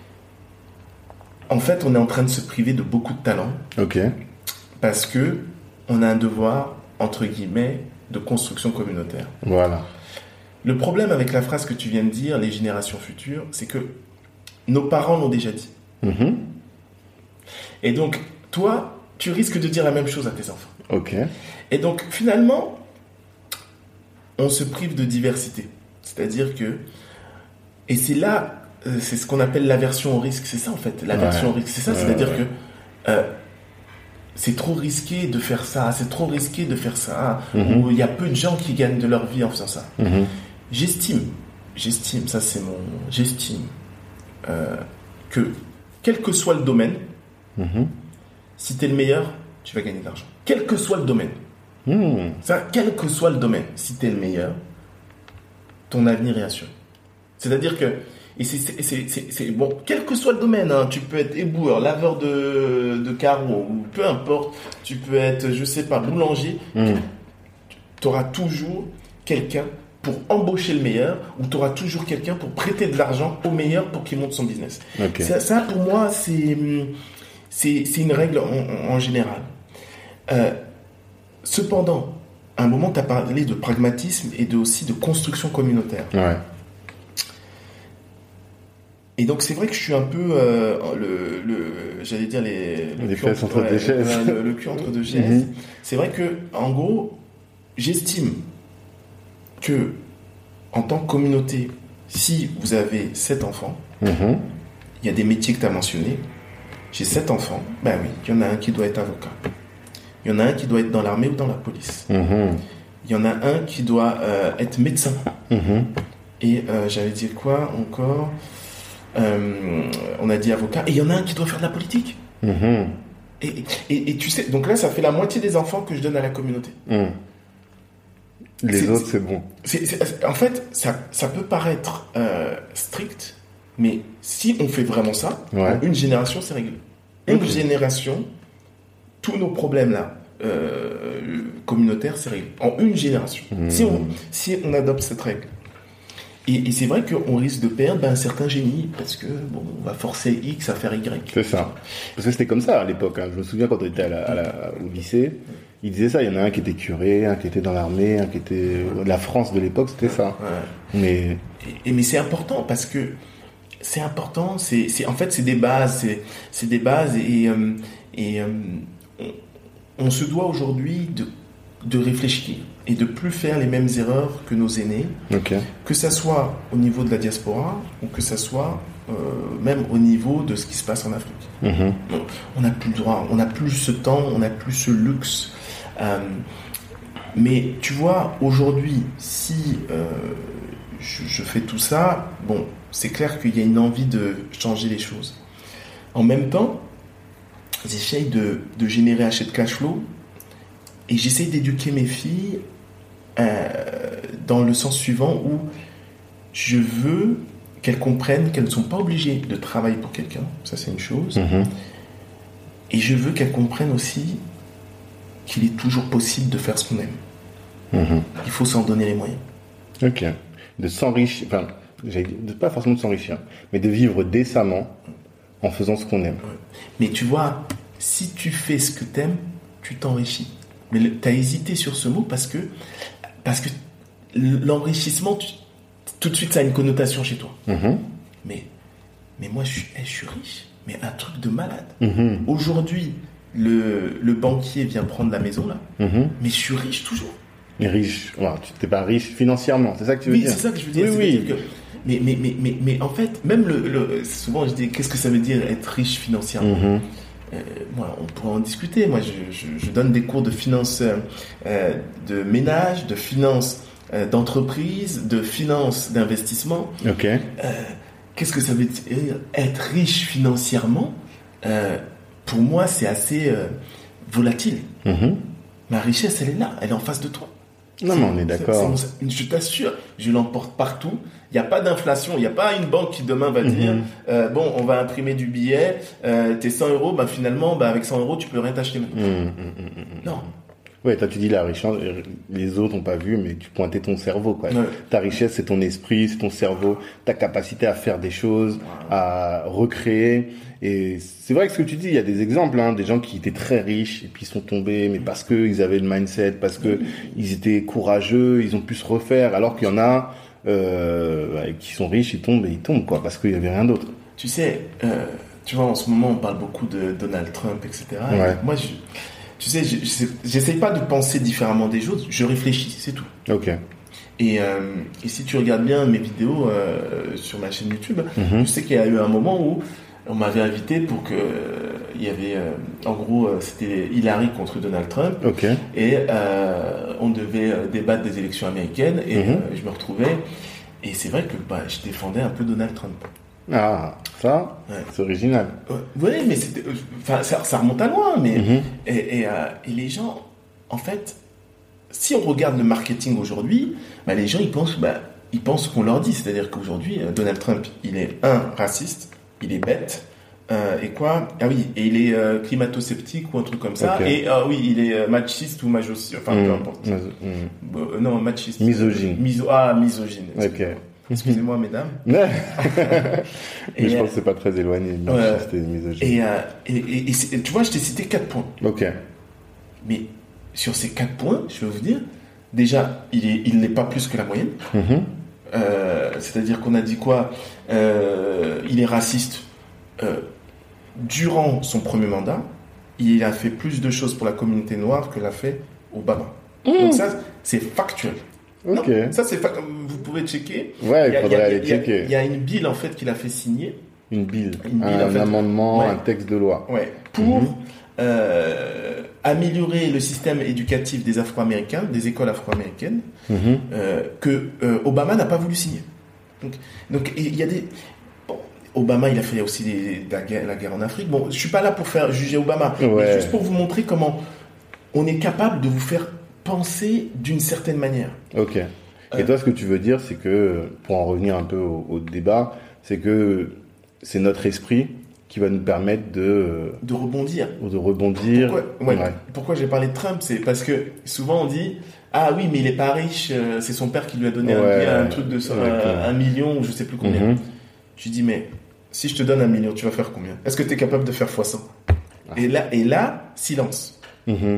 en fait, on est en train de se priver de beaucoup de talents. Ok. Parce que on a un devoir, entre guillemets, de construction communautaire. Voilà. Le problème avec la phrase que tu viens de dire, les générations futures, c'est que nos parents l'ont déjà dit. Mm-hmm. Et donc, toi, tu risques de dire la même chose à tes enfants. Ok. Et donc, finalement, on se prive de diversité. C'est-à-dire que... Et c'est là, euh, c'est ce qu'on appelle l'aversion au risque. C'est ça, en fait, l'aversion Ouais. au risque. C'est ça, Ouais, c'est-à-dire ouais. que... Euh, c'est trop risqué de faire ça, c'est trop risqué de faire ça, Mm-hmm. ou il y a peu de gens qui gagnent de leur vie en faisant ça. Mm-hmm. J'estime, j'estime, ça c'est mon... J'estime euh, que, quel que soit le domaine, Mm-hmm. si tu es le meilleur, tu vas gagner de l'argent. Quel que soit le domaine. Mm. Ça, quel que soit le domaine, si tu es le meilleur, ton avenir est assuré. C'est-à-dire que, et c'est, c'est, c'est, c'est, c'est bon, quel que soit le domaine, hein, tu peux être éboueur, laveur de, de carreaux, ou peu importe, tu peux être, je sais pas, boulanger, Mm. tu auras toujours quelqu'un pour embaucher le meilleur, ou tu auras toujours quelqu'un pour prêter de l'argent au meilleur pour qu'il monte son business. Ok. Ça, ça, pour moi, c'est, c'est, c'est une règle en, en général. Euh, cependant, à un moment, tu as parlé de pragmatisme et de, aussi de construction communautaire. Ouais. Et donc, c'est vrai que je suis un peu, euh, le, le, j'allais dire, les, le Les cul fesses entre deux chaises. ouais, le, le cul entre deux chaises. Mhm. C'est vrai que, en gros, j'estime que, en tant que communauté, si vous avez sept enfants, Mm-hmm. il y a des métiers que tu as mentionnés. J'ai sept enfants, ben oui, il y en a un qui doit être avocat. Il y en a un qui doit être dans l'armée ou dans la police. Mm-hmm. Il y en a un qui doit euh, être médecin. Mm-hmm. Et euh, j'avais dit quoi encore euh, On a dit avocat. Et il y en a un qui doit faire de la politique. Mm-hmm. Et, et, et tu sais, donc là, ça fait la moitié des enfants que je donne à la communauté. Mm. Les C'est- autres, c'est bon. C'est, c'est- en fait, ça, ça peut paraître euh, strict, mais si on fait vraiment ça, Ouais. en une génération, c'est réglé. Une Ok. génération, tous nos problèmes là, euh, communautaires, c'est réglé. En une génération. Mmh. Si, on, si on adopte cette règle. Et, et c'est vrai qu'on risque de perdre ben, un certain génie, parce que bon, on va forcer X à faire Y. C'est ça. Parce que c'était comme ça à l'époque. Hein. Je me souviens quand on était à la, à la- au lycée, ils disaient ça. Il y en a un qui était curé, un qui était dans l'armée, un qui était... La France de l'époque, c'était ça. Ouais. Mais... Et, et- mais c'est important parce que c'est important. C'est, c'est en fait c'est des bases, c'est, c'est des bases et euh, et euh, on, on se doit aujourd'hui de de réfléchir et de plus faire les mêmes erreurs que nos aînés, Ok. que ça soit au niveau de la diaspora ou que ça soit euh, même au niveau de ce qui se passe en Afrique. Mhm. On n'a plus le droit, on n'a plus ce temps, on n'a plus ce luxe. Euh, mais tu vois, aujourd'hui, si euh, je, je fais tout ça, bon, c'est clair qu'il y a une envie de changer les choses. En même temps, j'essaye de, de générer assez de cash flow et j'essaye d'éduquer mes filles euh, dans le sens suivant où je veux qu'elles comprennent qu'elles ne sont pas obligées de travailler pour quelqu'un, ça c'est une chose. Mhm. Et je veux qu'elles comprennent aussi qu'il est toujours possible de faire ce qu'on aime. Mhm. Il faut s'en donner les moyens. Ok. De s'enrichir, enfin, j'allais dire, de- pas forcément de s'enrichir, mais de vivre décemment en faisant ce qu'on aime. Mais tu vois, si tu fais ce que t'aimes, tu t'enrichis. Mais tu as hésité sur ce mot parce que, parce que l'enrichissement, tu- tout de suite, ça a une connotation chez toi. Mhm. Mais, mais moi, je suis, eh, je suis riche. Mais un truc de malade. Mhm. Aujourd'hui, le, le banquier vient prendre la maison, là. Mhm. Mais je suis riche toujours. Et riche. Ouais, tu n'es pas riche financièrement, c'est ça que tu veux Oui, dire? c'est ça que je veux dire. Oui, C'est-à-dire oui. que- mais, mais, mais, mais, mais en fait, même le, le- souvent je dis, qu'est-ce que ça veut dire être riche financièrement? Mhm. euh, moi, on pourrait en discuter. Moi, je, je, je donne des cours de finance euh, de ménage, de finance euh, d'entreprise, de finance d'investissement. Ok. Euh, qu'est-ce que ça veut dire être riche financièrement? euh, Pour moi, c'est assez euh, volatile. Mm-hmm. Ma richesse, elle est là, elle est en face de toi. Non, mais on est d'accord. C'est, c'est, je t'assure, je l'emporte partout. Il n'y a pas d'inflation. Il n'y a pas une banque qui demain va mm-hmm. dire euh, bon, on va imprimer du billet, euh, tes cent euros, bah, finalement, bah, avec cent euros, tu peux rien t'acheter maintenant. Mm-hmm. Non. Ouais, toi tu dis la richesse, les autres n'ont pas vu, mais tu pointais ton cerveau, quoi. Ouais. Ta richesse, c'est ton esprit, c'est ton cerveau, ta capacité à faire des choses, wow. à recréer. Et c'est vrai que ce que tu dis, il y a des exemples, hein, des gens qui étaient très riches et puis ils sont tombés, mais parce que ils avaient le mindset, parce que ils étaient courageux, ils ont pu se refaire, alors qu'il y en a euh, qui sont riches, ils tombent et ils tombent, quoi, parce qu'il y avait rien d'autre. Tu sais, euh, tu vois, en ce moment, on parle beaucoup de Donald Trump, et cetera. Ouais. Et moi, je Tu sais, j'essaye pas de penser différemment des autres, je réfléchis, c'est tout. Ok. Et, euh, et si tu regardes bien mes vidéos euh, sur ma chaîne YouTube, mm-hmm. je sais qu'il y a eu un moment où on m'avait invité pour que euh, il y avait, euh, en gros, euh, c'était Hillary contre Donald Trump. Ok. Et euh, on devait euh, débattre des élections américaines et mm-hmm. euh, je me retrouvais. Et c'est vrai que bah, je défendais un peu Donald Trump. Ah, ça, ouais. C'est original. Oui, mais c'était, enfin, ça, ça remonte à loin, mais mm-hmm. et, et, euh, et les gens, en fait, si on regarde le marketing aujourd'hui, bah, les gens ils pensent, bah, ils pensent qu'on leur dit, c'est-à-dire qu'aujourd'hui, Donald Trump, il est un raciste, il est bête, euh, et quoi, ah oui, et il est euh, climato-sceptique ou un truc comme ça, okay. et ah oui, il est euh, machiste ou majoriste, enfin mm. peu importe. Mm. Euh, non, machiste. Misogyne. Miso, ah, misogyne. Ok. Excusez-moi, mesdames. Mais et je pense que c'est pas très éloigné. Euh, et, euh, et, et, et, et tu vois, je t'ai cité quatre points. Ok. Mais sur ces quatre points, je vais vous dire, déjà, il est, il n'est pas plus que la moyenne. Mm-hmm. Euh, c'est-à-dire qu'on a dit quoi euh, Il est raciste. Euh, durant son premier mandat, il a fait plus de choses pour la communauté noire que l'a fait Obama. Mm. Donc ça, c'est factuel. Ok. Non, ça c'est fa- vous pouvez checker. Ouais, il, il faudrait y a, aller il y a, checker. Il y a une bill en fait qu'il a fait signer. Une bill. Une bill un en fait, amendement, ouais. un texte de loi. Ouais. Pour mm-hmm. euh, améliorer le système éducatif des Afro-Américains, des écoles afro-américaines, mm-hmm. euh, que euh, Obama n'a pas voulu signer. Donc, donc il y a des. Bon, Obama, il a fait aussi des, la, guerre, la guerre en Afrique. Bon, je suis pas là pour faire juger Obama, ouais. mais juste pour vous montrer comment on est capable de vous faire penser d'une certaine manière. Ok. Et euh, toi, ce que tu veux dire, c'est que, pour en revenir un peu au, au débat, c'est que c'est notre esprit qui va nous permettre de... De rebondir. Ou de rebondir. Pourquoi, ouais, ouais. pourquoi j'ai parlé de Trump? C'est parce que souvent on dit « Ah oui, mais il est pas riche, c'est son père qui lui a donné ouais, un, un truc de ça, un, un million ou je sais plus combien. Mm-hmm. » Je dis « Mais si je te donne un million, tu vas faire combien? Est-ce que tu es capable de faire fois cent? Ah. Et là, et là, silence. Mm-hmm.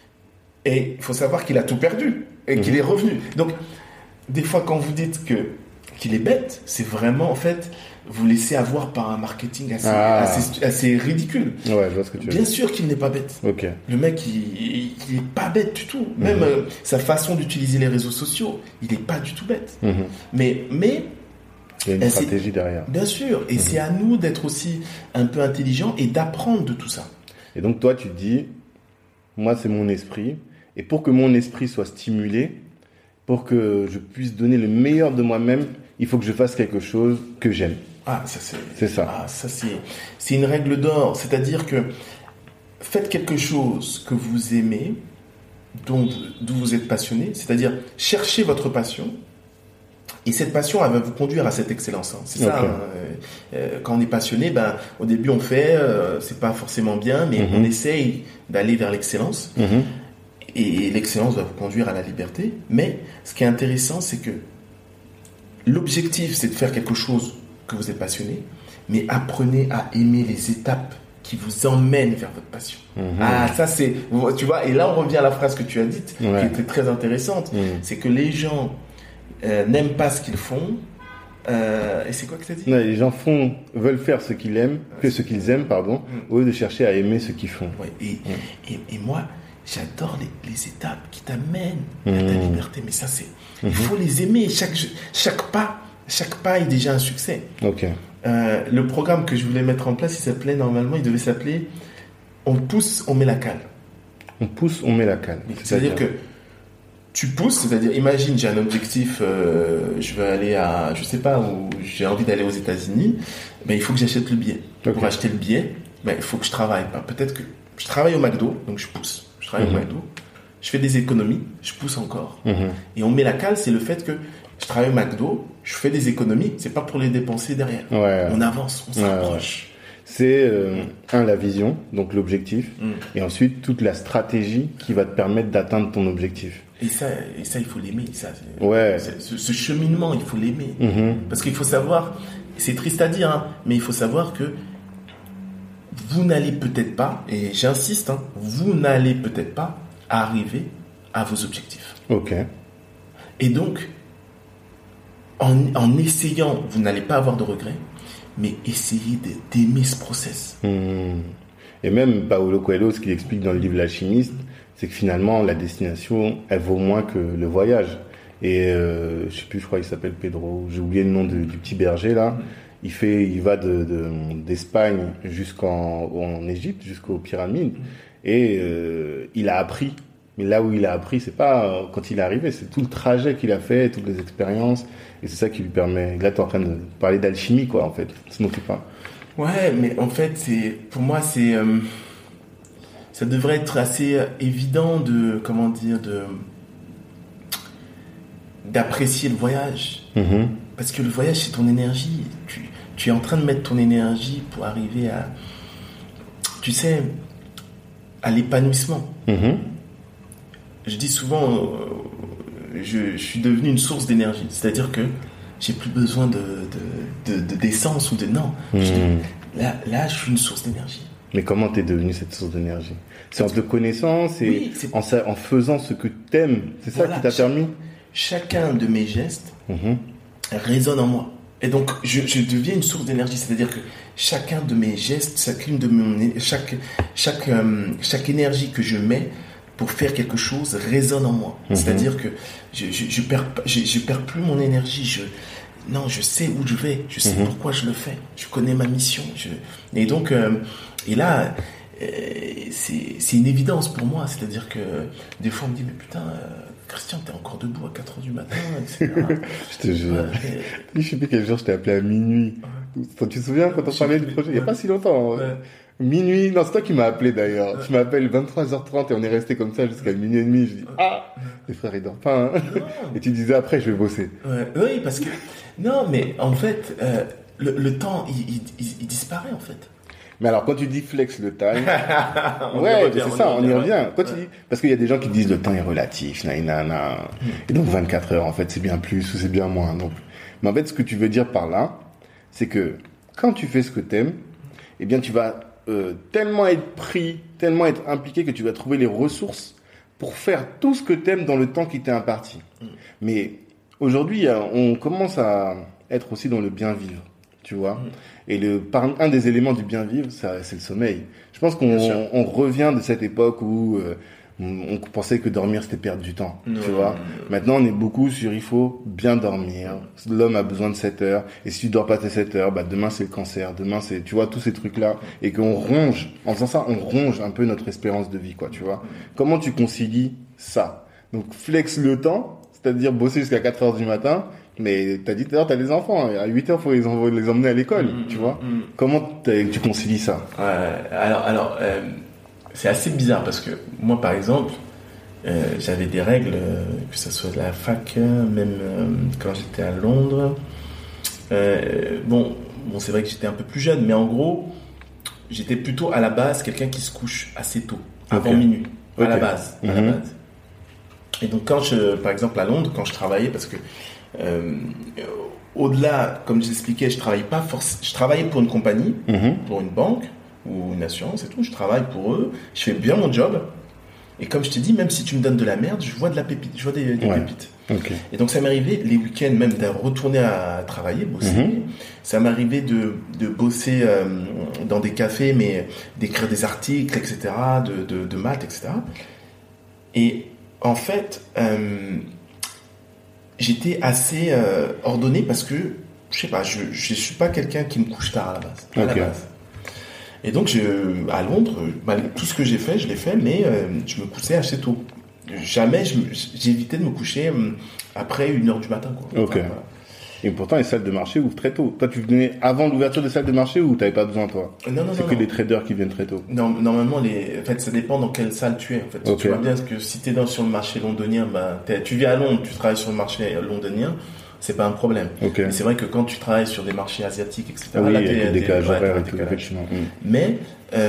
Et il faut savoir qu'il a tout perdu et qu'il mmh. est revenu. Donc, des fois, quand vous dites que, qu'il est bête, c'est vraiment, en fait, vous laissez avoir par un marketing assez, ah. assez, assez ridicule. Ouais, je vois ce que tu veux Bien dire. sûr qu'il n'est pas bête. Okay. Le mec, il n'est pas bête du tout. Même mmh. euh, sa façon d'utiliser les réseaux sociaux, il n'est pas du tout bête. Mmh. Mais, mais... Il y a une stratégie derrière. Bien sûr. Et mmh. c'est à nous d'être aussi un peu intelligents et d'apprendre de tout ça. Et donc, toi, tu dis, moi, c'est mon esprit. Et pour que mon esprit soit stimulé, pour que je puisse donner le meilleur de moi-même, il faut que je fasse quelque chose que j'aime. Ah, ça c'est... C'est ça. Ah, ça c'est... C'est une règle d'or. C'est-à-dire que faites quelque chose que vous aimez, dont, d'où vous êtes passionné. C'est-à-dire cherchez votre passion. Et cette passion, elle va vous conduire à cette excellence. Hein. C'est okay. ça. Hein. Euh, quand on est passionné, ben, au début on fait, euh, c'est pas forcément bien, mais mm-hmm. on essaye d'aller vers l'excellence. Mm-hmm. Et l'excellence va vous conduire à la liberté. Mais ce qui est intéressant, c'est que l'objectif, c'est de faire quelque chose que vous êtes passionné, mais apprenez à aimer les étapes qui vous emmènent vers votre passion. Mmh. Ah, ça c'est... Tu vois, et là, on revient à la phrase que tu as dite, ouais. qui était très intéressante. Mmh. C'est que les gens euh, n'aiment pas ce qu'ils font. Euh, et c'est quoi que tu as dit? Non, les gens font, veulent faire ce qu'ils aiment, que ce qu'ils aiment, pardon, mmh. au lieu de chercher à aimer ce qu'ils font. Ouais, et, mmh. et, et moi... J'adore les, les étapes qui t'amènent mmh. à ta liberté, mais ça c'est, mmh. il faut les aimer. Chaque chaque pas, chaque pas est déjà un succès. Ok. Euh, le programme que je voulais mettre en place, il s'appelait normalement, il devait s'appeler on pousse, on met la cale. On pousse, on met la cale. C'est-à-dire, c'est-à-dire que tu pousses, c'est-à-dire, imagine, j'ai un objectif, euh, je veux aller à, je sais pas, où j'ai envie d'aller aux États-Unis, ben, il faut que j'achète le billet. Okay. Pour acheter le billet, ben, il faut que je travaille. Ben, peut-être que je travaille au McDo, donc je pousse. Je travaille mm-hmm. au McDo, je fais des économies, je pousse encore. Mm-hmm. Et on met la cale, c'est le fait que je travaille au McDo, je fais des économies, c'est pas pour les dépenser derrière. Ouais. On avance, on s'approche. Ouais. C'est, euh, un, la vision, donc l'objectif, mm. et ensuite toute la stratégie qui va te permettre d'atteindre ton objectif. Et ça, et ça il faut l'aimer. Ça, c'est, ouais. c'est, ce, ce cheminement, il faut l'aimer. Mm-hmm. Parce qu'il faut savoir, c'est triste à dire, hein, mais il faut savoir que vous n'allez peut-être pas, et j'insiste, hein, vous n'allez peut-être pas arriver à vos objectifs. Ok. Et donc, en, en essayant, vous n'allez pas avoir de regrets, mais essayez de, d'aimer ce process. Mmh. Et même Paulo Coelho, ce qu'il explique dans le livre L'Alchimiste, c'est que finalement, la destination, elle vaut moins que le voyage. Et euh, je sais plus, je crois qu'il s'appelle Pedro, j'ai oublié le nom de, du petit berger là. Mmh. Il fait, il va de, de d'Espagne jusqu'en en Égypte, jusqu'aux pyramides, mmh. et euh, il a appris. Mais là où il a appris, c'est pas quand il est arrivé, c'est tout le trajet qu'il a fait, toutes les expériences, et c'est ça qui lui permet. Là, tu es en train de parler d'alchimie, quoi, en fait. Sinon, tu pas. Ouais, mais en fait, c'est pour moi, c'est euh, ça devrait être assez évident de comment dire de d'apprécier le voyage, mm-hmm. parce que le voyage, c'est ton énergie. Tu tu es en train de mettre ton énergie pour arriver à, tu sais, à l'épanouissement. Mm-hmm. Je dis souvent, euh, je, je suis devenu une source d'énergie. C'est-à-dire que j'ai plus besoin de, de, de, de d'essence ou de non. Mmh. Je, là, là, je suis une source d'énergie. Mais comment t'es devenu cette source d'énergie ? C'est en te connaissant, c'est, oui, c'est... En, en faisant ce que t'aimes. C'est ça voilà, qui t'a chaque, permis ? Chacun de mes gestes mmh. résonne en moi. Et donc, je, je deviens une source d'énergie. C'est-à-dire que chacun de mes gestes, chacune de mon, chaque, chaque, euh, chaque énergie que je mets pour faire quelque chose résonne en moi. Mmh. C'est-à-dire que je, je, je perds, je, je perds plus mon énergie. Je, non, je sais où je vais. Je sais mmh. pourquoi je le fais. Je connais ma mission. Je, et donc, euh, et là, euh, c'est, c'est une évidence pour moi. C'est-à-dire que des fois, on me dit, mais putain, euh, Christian, t'es encore debout à quatre heures du matin, et cetera. Je te jure. Ouais, et... Je sais plus quel jour je t'ai appelé à minuit. Ouais. Tu te souviens quand on parlait du projet ? Il n'y a pas si longtemps. Hein. Ouais. Minuit, non, c'est toi qui m'as appelé d'ailleurs. Ouais. Tu m'appelles vingt-trois heures trente et on est resté comme ça jusqu'à minuit et demi. Je dis, ah, les frères, ils dorment pas. Hein. Et tu disais après, je vais bosser. Ouais. Oui, parce que, non, mais en fait, euh, le, le temps, il, il, il, il disparaît en fait. Mais alors, quand tu dis flex le time, ouais, revient, c'est ça, on y revient. Quand ouais. tu dis, parce qu'il y a des gens qui disent le temps est relatif, na, na, na. Mm. Et donc vingt-quatre heures, en fait, c'est bien plus ou c'est bien moins. Donc, mais en fait, ce que tu veux dire par là, c'est que quand tu fais ce que t'aimes, eh bien, tu vas euh, tellement être pris, tellement être impliqué que tu vas trouver les ressources pour faire tout ce que t'aimes dans le temps qui t'est imparti. Mm. Mais aujourd'hui, on commence à être aussi dans le bien vivre. Tu vois, mmh. et le par, un des éléments du bien vivre, ça, c'est le sommeil. Je pense qu'on on, on revient de cette époque où euh, on, on pensait que dormir c'était perdre du temps. Non, tu vois, non, non. Maintenant on est beaucoup sur il faut bien dormir. L'homme a besoin de sept heures, et si tu dors pas tes sept heures, bah demain c'est le cancer, demain c'est, tu vois, tous ces trucs là, et qu'on ronge. En faisant ça, on ronge un peu notre espérance de vie, quoi. Tu vois, comment tu concilies ça ? Donc flex le temps, c'est-à-dire bosser jusqu'à quatre heures du matin. Mais t'as dit tout à l'heure, t'as des enfants. À huit heures, faut les, envo- les emmener à l'école, mmh, tu vois. Mmh. Comment tu concilies ça ? Ouais, alors, alors euh, c'est assez bizarre parce que moi, par exemple, euh, j'avais des règles, euh, que ce soit de la fac, même euh, quand j'étais à Londres. Euh, bon, bon, c'est vrai que j'étais un peu plus jeune, mais en gros, j'étais plutôt à la base quelqu'un qui se couche assez tôt, avant okay. minuit, à okay. la base, à mmh. la base. Et donc, quand je, par exemple, à Londres, quand je travaillais, parce que Euh, au-delà, comme je l'expliquais, je travaillais pas forc- je travaillais pour une compagnie, mmh. pour une banque ou une assurance et tout. Je travaille pour eux, je fais bien mon job. Et comme je te dis, même si tu me donnes de la merde, je vois de la pépite, je vois des, des ouais. pépites. Okay. Et donc ça m'arrivait les week-ends même de retourner à travailler, bosser. Mmh. Ça m'arrivait de, de bosser euh, dans des cafés, mais d'écrire des articles, et cetera, de, de, de maths, et cetera. Et en fait. Euh, J'étais assez euh, ordonné parce que, je sais pas, je, je suis pas quelqu'un qui me couche tard à la base. À okay. la base. Et donc, je, à Londres, malgré tout ce que j'ai fait, je l'ai fait, mais euh, je me couchais assez tôt. Jamais, je, j'évitais de me coucher après une heure du matin, quoi. Ok. Enfin, voilà. Et pourtant, les salles de marché ouvrent très tôt. Toi, tu venais avant l'ouverture des salles de marché ou t'avais pas besoin, toi? Non, non, c'est non. que non. les traders qui viennent très tôt. Non, normalement, les, en fait, ça dépend dans quelle salle tu es, en fait. Okay. Tu vois bien que si t'es dans, sur le marché londonien, bah, tu vis à Londres, tu travailles sur le marché londonien, c'est pas un problème. Okay. Mais c'est vrai que quand tu travailles sur des marchés asiatiques, et cetera, oui, là, il y a des décalages horaires et tout, effectivement. Mais,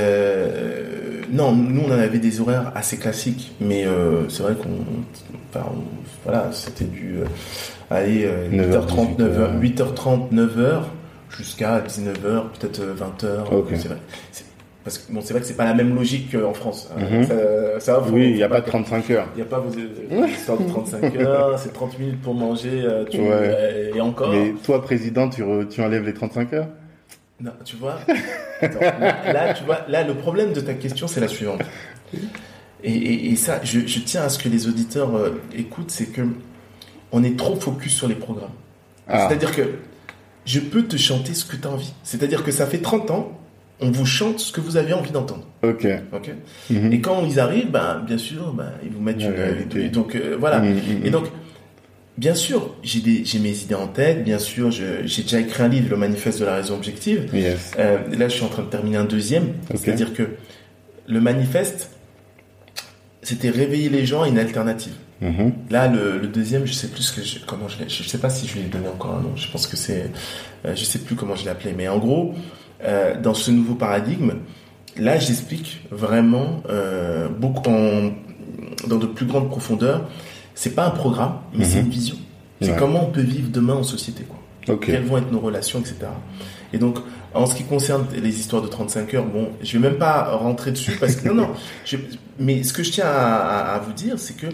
euh, non, nous, on en avait des horaires assez classiques, mais, euh, c'est vrai qu'on, enfin, on, voilà, c'était du, euh, allez, euh, huit heures trente, neuf heures, huit heures trente, neuf heures, jusqu'à dix-neuf heures, peut-être vingt heures. Okay. C'est vrai. C'est, parce que bon, c'est vrai que c'est pas la même logique qu'en France. Mm-hmm. Ça, ça faut, oui, il n'y a pas, pas de trente-cinq heures. Il n'y a pas vos histoires de trente-cinq heures, c'est trente minutes pour manger, tu, ouais. euh, et encore. Mais toi, président, tu, re, tu enlèves les trente-cinq heures? Non, tu vois. Attends, là, tu vois, là, le problème de ta question, c'est la suivante. Et, et, et ça, je, je tiens à ce que les auditeurs euh, écoutent, c'est que on est trop focus sur les programmes. Ah. C'est-à-dire que je peux te chanter ce que tu as envie. C'est-à-dire que ça fait trente ans, on vous chante ce que vous avez envie d'entendre. Ok. Ok. Mm-hmm. Et quand ils arrivent, ben, bien sûr, ben, ils vous mettent une. Et donc, euh, voilà. Mm-hmm. Et donc, bien sûr, j'ai, des, j'ai mes idées en tête. Bien sûr, je, j'ai déjà écrit un livre, Le Manifeste de la raison objective. Yes. Euh, là, je suis en train de terminer un deuxième. Okay. C'est-à-dire que le manifeste, c'était réveiller les gens à une alternative. Mm-hmm. Là, le, le deuxième, je sais plus que je, comment je l'ai. Je sais pas si je lui ai donné encore un nom. Je pense que c'est. Euh, je sais plus comment je l'ai appelé. Mais en gros, euh, dans ce nouveau paradigme, là, j'explique vraiment euh, beaucoup en, dans de plus grandes profondeurs. C'est pas un programme, mais mm-hmm. c'est une vision. C'est ouais. comment on peut vivre demain en société, quoi. Okay. Quelles vont être nos relations, et cetera. Et donc, en ce qui concerne les histoires de trente-cinq heures, bon, je vais même pas rentrer dessus parce que non, non. Je, mais ce que je tiens à, à, à vous dire, c'est que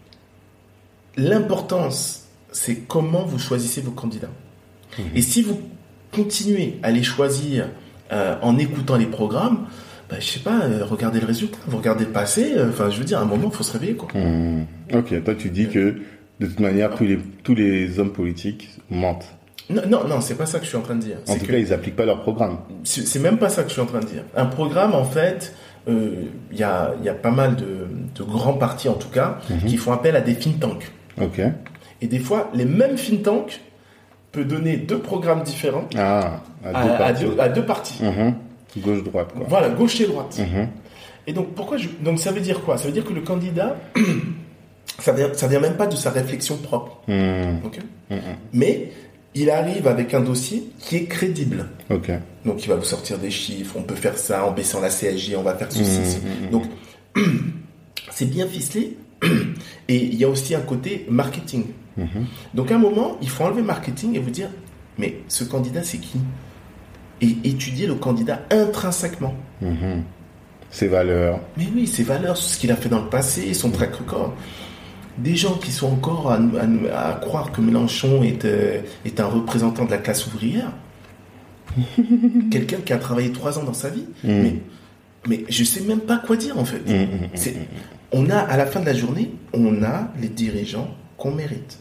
l'importance, c'est comment vous choisissez vos candidats. Mmh. Et si vous continuez à les choisir euh, en écoutant les programmes, bah, je sais pas, euh, regardez le résultat, vous regardez le passé. Enfin, euh, je veux dire, à un moment, il faut se réveiller, quoi. Mmh. Ok, toi, tu dis euh, que de toute manière, tous les tous les hommes politiques mentent. Non, non, non, c'est pas ça que je suis en train de dire. En c'est tout que, cas, ils appliquent pas leur programme. C'est, c'est même pas ça que je suis en train de dire. Un programme, en fait, il euh, y a il y a pas mal de, de grands partis, en tout cas, mmh. qui font appel à des think tanks. Ok. Et des fois, les mêmes think tanks peuvent donner deux programmes différents ah, à, deux à, à, deux, à deux partis. Mmh. Gauche-droite, quoi. Voilà, gauche et droite. Mmh. Et donc, pourquoi je... donc, ça veut dire quoi? Ça veut dire que le candidat, ça vient, ça vient même pas de sa réflexion propre. Mmh. Okay mmh. Mais il arrive avec un dossier qui est crédible. Okay. Donc, il va vous sortir des chiffres. On peut faire ça en baissant la C S G. On va faire ceci. Mmh. Donc, c'est bien ficelé. Et il y a aussi un côté marketing. Mmh. Donc à un moment, il faut enlever marketing et vous dire, mais ce candidat c'est qui? Et étudier le candidat intrinsèquement. Mmh. Ses valeurs. Mais oui, ses valeurs, ce qu'il a fait dans le passé, son track record. Des gens qui sont encore à, à, à croire que Mélenchon est, euh, est un représentant de la classe ouvrière. Quelqu'un qui a travaillé trois ans dans sa vie. Mmh. Mais, mais je sais même pas quoi dire en fait. Mmh. C'est... On a, à la fin de la journée, on a les dirigeants qu'on mérite.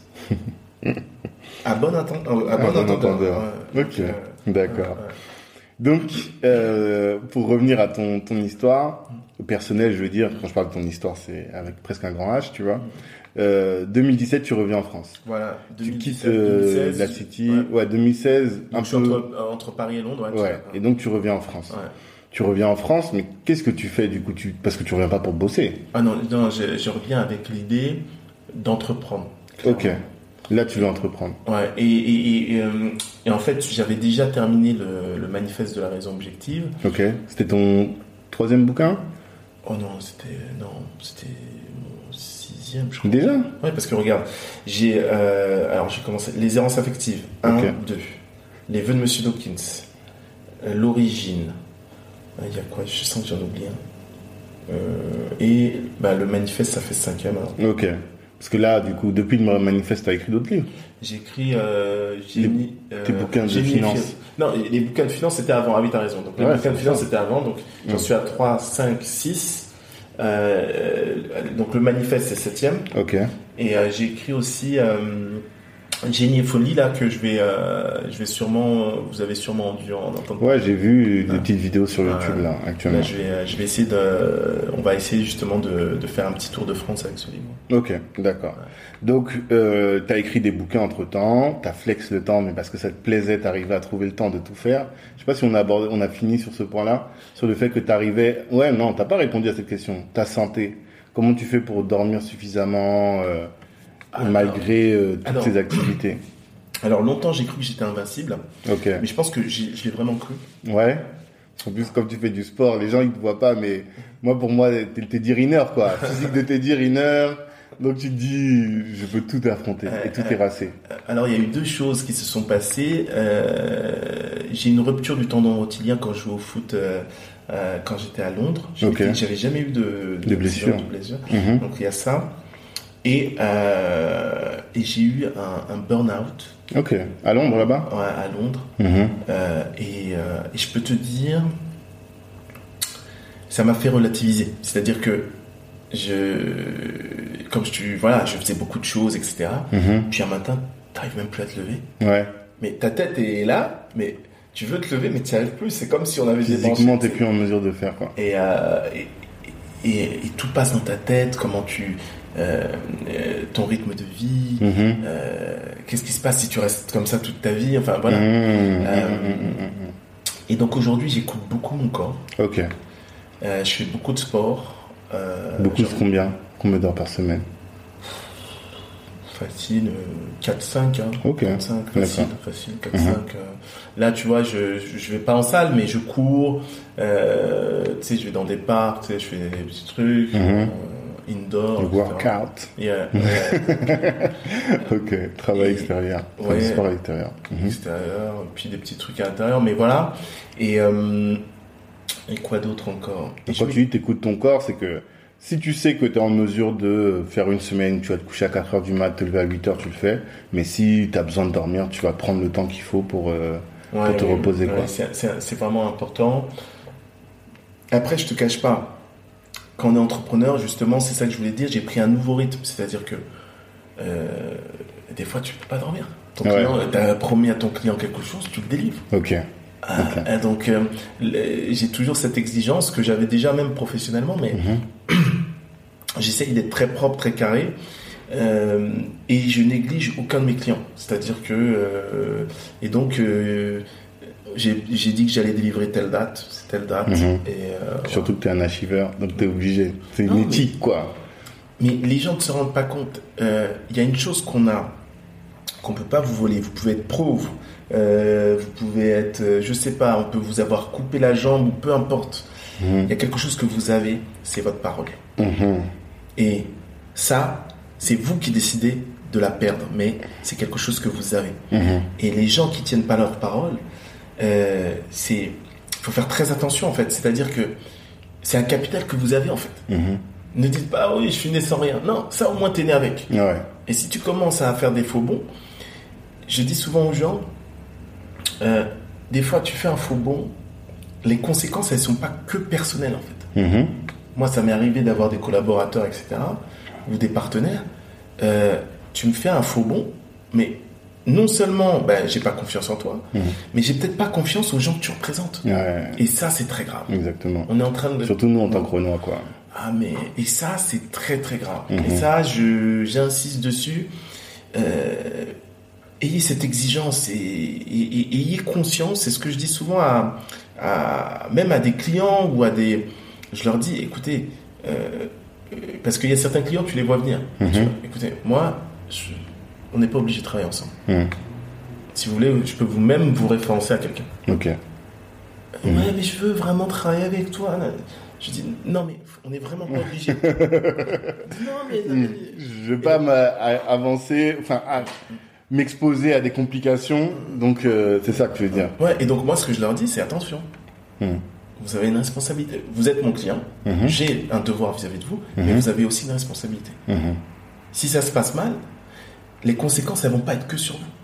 à bon, atten- à bon, bon entendeur. Ouais. Ok, euh, d'accord. Ouais, ouais. Donc, euh, pour revenir à ton, ton histoire, personnelle, je veux dire, quand je parle de ton histoire, c'est avec presque un grand H, tu vois. Euh, deux mille dix-sept, tu reviens en France. Voilà. Tu quittes euh, la City. Ouais, ouais deux mille seize. Donc, un je peu... suis entre, euh, entre Paris et Londres. Ouais. ouais. Et donc, tu reviens en France. Ouais. Tu reviens en France, mais qu'est-ce que tu fais du coup tu... Parce que tu reviens pas pour bosser. Ah non, non je, je reviens avec l'idée d'entreprendre. Clairement. Ok, là tu veux entreprendre. Ouais, et, et, et, euh, et en fait j'avais déjà terminé le, le manifeste de la raison objective. Ok, c'était ton troisième bouquin? Oh non, c'était, non, c'était mon sixième je crois. Déjà? Ouais, parce que regarde, j'ai, euh, alors j'ai commencé Les errances affectives, un, okay. deux, Les vœux de Monsieur Dawkins, euh, L'origine. Il y a quoi? Je sens que j'en oublie un. Euh, et bah, le manifeste, ça fait cinquième. Alors. Ok. Parce que là, du coup, depuis le manifeste, tu as écrit d'autres livres? J'ai écrit. Euh, j'ai les, mis, euh, tes bouquins de finance. Non, les bouquins de finance, c'était avant. Ah oui, t'as raison. Donc, les ouais, bouquins de finance, ça. c'était avant. Donc, j'en mmh. suis à trois, cinq, six. Euh, donc, le manifeste, c'est septième. Ok. Et euh, j'ai écrit aussi. Euh, Génie et folie là que je vais, euh, je vais sûrement, vous avez sûrement dû en entendre. Ouais, j'ai vu des ouais. petites vidéos sur YouTube ouais. là actuellement. Là, je vais, je vais essayer de, on va essayer justement de, de faire un petit tour de France avec ce livre. Ok, d'accord. Ouais. Donc, euh, t'as écrit des bouquins entre temps, t'as flex le temps, mais parce que ça te plaisait, t'arrivais à trouver le temps de tout faire. Je sais pas si on a abordé, on a fini sur ce point-là, sur le fait que t'arrivais. Ouais, non, t'as pas répondu à cette question. Ta santé, comment tu fais pour dormir suffisamment? Euh... Alors, malgré euh, toutes alors, ces activités. Alors longtemps j'ai cru que j'étais invincible. Ok. Mais je pense que j'y, je l'ai vraiment cru. Ouais. En plus comme tu fais du sport, les gens ils te voient pas, mais moi pour moi t'es le Teddy Riner quoi. Physique de Teddy Riner. Donc tu te dis je peux tout affronter euh, et tout terrasser. Euh, alors il y a eu deux choses qui se sont passées. Euh, j'ai une rupture du tendon rotilien quand je jouais au foot. Euh, euh, quand j'étais à Londres. Okay. J'avais jamais eu de, de, de blessure. De blessure. Mm-hmm. Donc il y a ça. Et, euh, et j'ai eu un, un burn-out. Ok. À Londres, là-bas ? Ouais, à Londres. Mm-hmm. Euh, et, euh, et je peux te dire, ça m'a fait relativiser. C'est-à-dire que je, comme je, voilà, je faisais beaucoup de choses, et cetera. Mm-hmm. Puis un matin, t'arrives même plus à te lever. Ouais. Mais ta tête est là, mais tu veux te lever, mais tu n'y arrives plus. C'est comme si on avait des bancs. Physiquement, t'es plus en mesure de faire, quoi. Et, euh, et, et, et tout passe dans ta tête, comment tu... Euh, euh, ton rythme de vie, mm-hmm. euh, qu'est-ce qui se passe si tu restes comme ça toute ta vie, enfin voilà. Mm-hmm. Euh, mm-hmm. Et donc aujourd'hui, j'écoute beaucoup mon corps. Ok. Euh, je fais beaucoup de sport. Euh, beaucoup, c'est combien Combien d'heures par semaine? Facile, euh, quatre cinq. Hein. Ok. quatre cinq, facile, facile, quatre cinq. Mm-hmm. Euh. Là, tu vois, je, je, je vais pas en salle, mais je cours. Euh, tu sais, je vais dans des parcs, tu sais, je fais des petits trucs. Mm-hmm. Euh, indoor. Le workout. Yeah, yeah. Ok, travail et, extérieur. Enfin, ouais, sport à l'extérieur. Mm-hmm. Extérieur, puis des petits trucs à l'intérieur, mais voilà. Et, euh, et quoi d'autre encore? Et quand tu dis t'écoutes ton corps, c'est que si tu sais que tu es en mesure de faire une semaine, tu vas te coucher à quatre heures du mat, te lever à huit heures, tu le fais. Mais si tu as besoin de dormir, tu vas prendre le temps qu'il faut pour, euh, ouais, pour te ouais, reposer. Ouais, quoi. C'est, c'est, c'est vraiment important. Après, je te cache pas. Quand on est entrepreneur, justement, c'est ça que je voulais dire, j'ai pris un nouveau rythme. C'est-à-dire que euh, des fois, tu peux pas dormir. Ton ouais. client, t'as promis à ton client quelque chose, tu le délivres. Ok. Ah, okay. Donc, euh, j'ai toujours cette exigence que j'avais déjà même professionnellement, mais mm-hmm. j'essaye d'être très propre, très carré. Euh, et je néglige aucun de mes clients. C'est-à-dire que... Euh, et donc... Euh, J'ai, j'ai dit que j'allais délivrer telle date, c'est telle date. Mmh. Et euh, Surtout que tu es un achiveur, donc tu es obligé. C'est une non, éthique, mais, quoi. Mais les gens ne se rendent pas compte. Il euh, y a une chose qu'on a, qu'on ne peut pas vous voler. Vous pouvez être pro, vous, euh, vous pouvez être, euh, je sais pas, on peut vous avoir coupé la jambe ou peu importe. Il mmh. y a quelque chose que vous avez, c'est votre parole. Mmh. Et ça, c'est vous qui décidez de la perdre, mais c'est quelque chose que vous avez. Mmh. Et les gens qui ne tiennent pas leur parole, Euh, c'est, faut faire très attention en fait. C'est-à-dire que c'est un capital que vous avez en fait. Mm-hmm. Ne dites pas ah oui, je suis né sans rien. Non, ça au moins t'es né avec. Ouais. Et si tu commences à faire des faux bons, je dis souvent aux gens, euh, des fois tu fais un faux bond, les conséquences elles sont pas que personnelles en fait. Mm-hmm. Moi ça m'est arrivé d'avoir des collaborateurs et cetera ou des partenaires. Euh, tu me fais un faux bond, mais non seulement ben, j'ai pas confiance en toi, mmh. mais j'ai peut-être pas confiance aux gens que tu représentes. Ouais. Et ça, c'est très grave. Exactement. On est en train de... Surtout nous en tant que Renois, quoi. Ah, mais... Et ça, c'est très, très grave. Mmh. Et ça, je... j'insiste dessus. Euh... Ayez cette exigence et... Et... et ayez conscience. C'est ce que je dis souvent à... à... même à des clients ou à des... Je leur dis, écoutez, euh... parce qu'il y a certains clients, tu les vois venir. Mmh. Tu vois, écoutez, moi... Je... on n'est pas obligé de travailler ensemble. Mmh. Si vous voulez, je peux vous même vous référencer à quelqu'un. Ok. Ouais, mmh. mais je veux vraiment travailler avec toi. Je dis, non, mais on n'est vraiment pas obligé. non, mais, non, mais... Je ne veux pas m'avancer, enfin, à m'exposer à des complications. Donc, euh, c'est ça que tu veux dire. Ouais, et donc moi, ce que je leur dis, c'est attention. Mmh. Vous avez une responsabilité. Vous êtes mon client. Mmh. J'ai un devoir vis-à-vis de vous, mmh. mais vous avez aussi une responsabilité. Mmh. Si ça se passe mal, les conséquences, elles vont pas être que sur vous.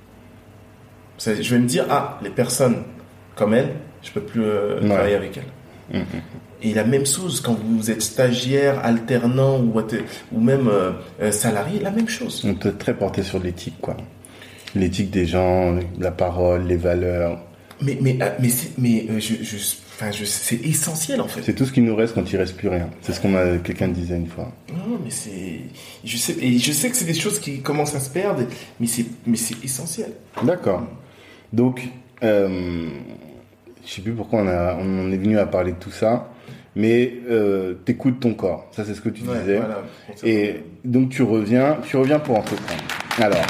Je vais me dire, ah, les personnes comme elle, je peux plus euh, ouais. travailler avec elles. Mmh. Et la même chose quand vous êtes stagiaire, alternant ou, ou même euh, salarié, la même chose. On peut être très porté sur l'éthique, quoi. L'éthique des gens, la parole, les valeurs. Mais mais mais c'est, mais euh, je je enfin je c'est essentiel en fait. C'est tout ce qui nous reste quand il reste plus rien. C'est ce qu'on a quelqu'un disait une fois. Non mais c'est je sais et je sais que c'est des choses qui commencent à se perdre, mais c'est mais c'est essentiel. D'accord. Donc euh, je sais plus pourquoi on a on est venu à parler de tout ça. Mais euh, t'écoutes ton corps, ça c'est ce que tu Ouais, disais. voilà. Et donc tu reviens, tu reviens pour entreprendre. Alors,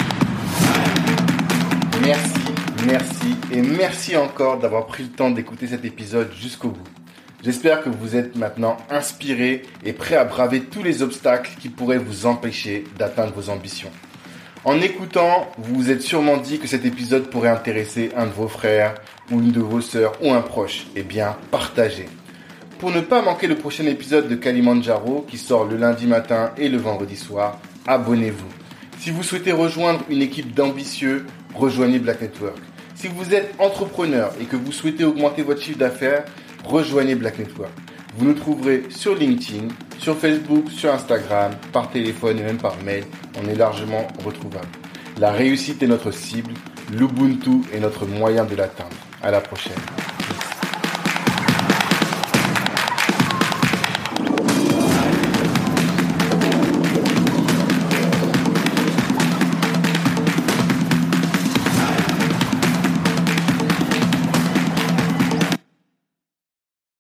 merci, merci et merci encore d'avoir pris le temps d'écouter cet épisode jusqu'au bout. J'espère que vous êtes maintenant inspiré et prêt à braver tous les obstacles qui pourraient vous empêcher d'atteindre vos ambitions. En écoutant, vous vous êtes sûrement dit que cet épisode pourrait intéresser un de vos frères ou une de vos sœurs ou un proche. Eh bien, partagez. Pour ne pas manquer le prochain épisode de Kalimandjaro qui sort le lundi matin et le vendredi soir, abonnez-vous. Si vous souhaitez rejoindre une équipe d'ambitieux, rejoignez Black Network. Si vous êtes entrepreneur et que vous souhaitez augmenter votre chiffre d'affaires, rejoignez Black Network. Vous nous trouverez sur LinkedIn, sur Facebook, sur Instagram, par téléphone et même par mail. On est largement retrouvable. La réussite est notre cible, l'Ubuntu est notre moyen de l'atteindre. À la prochaine.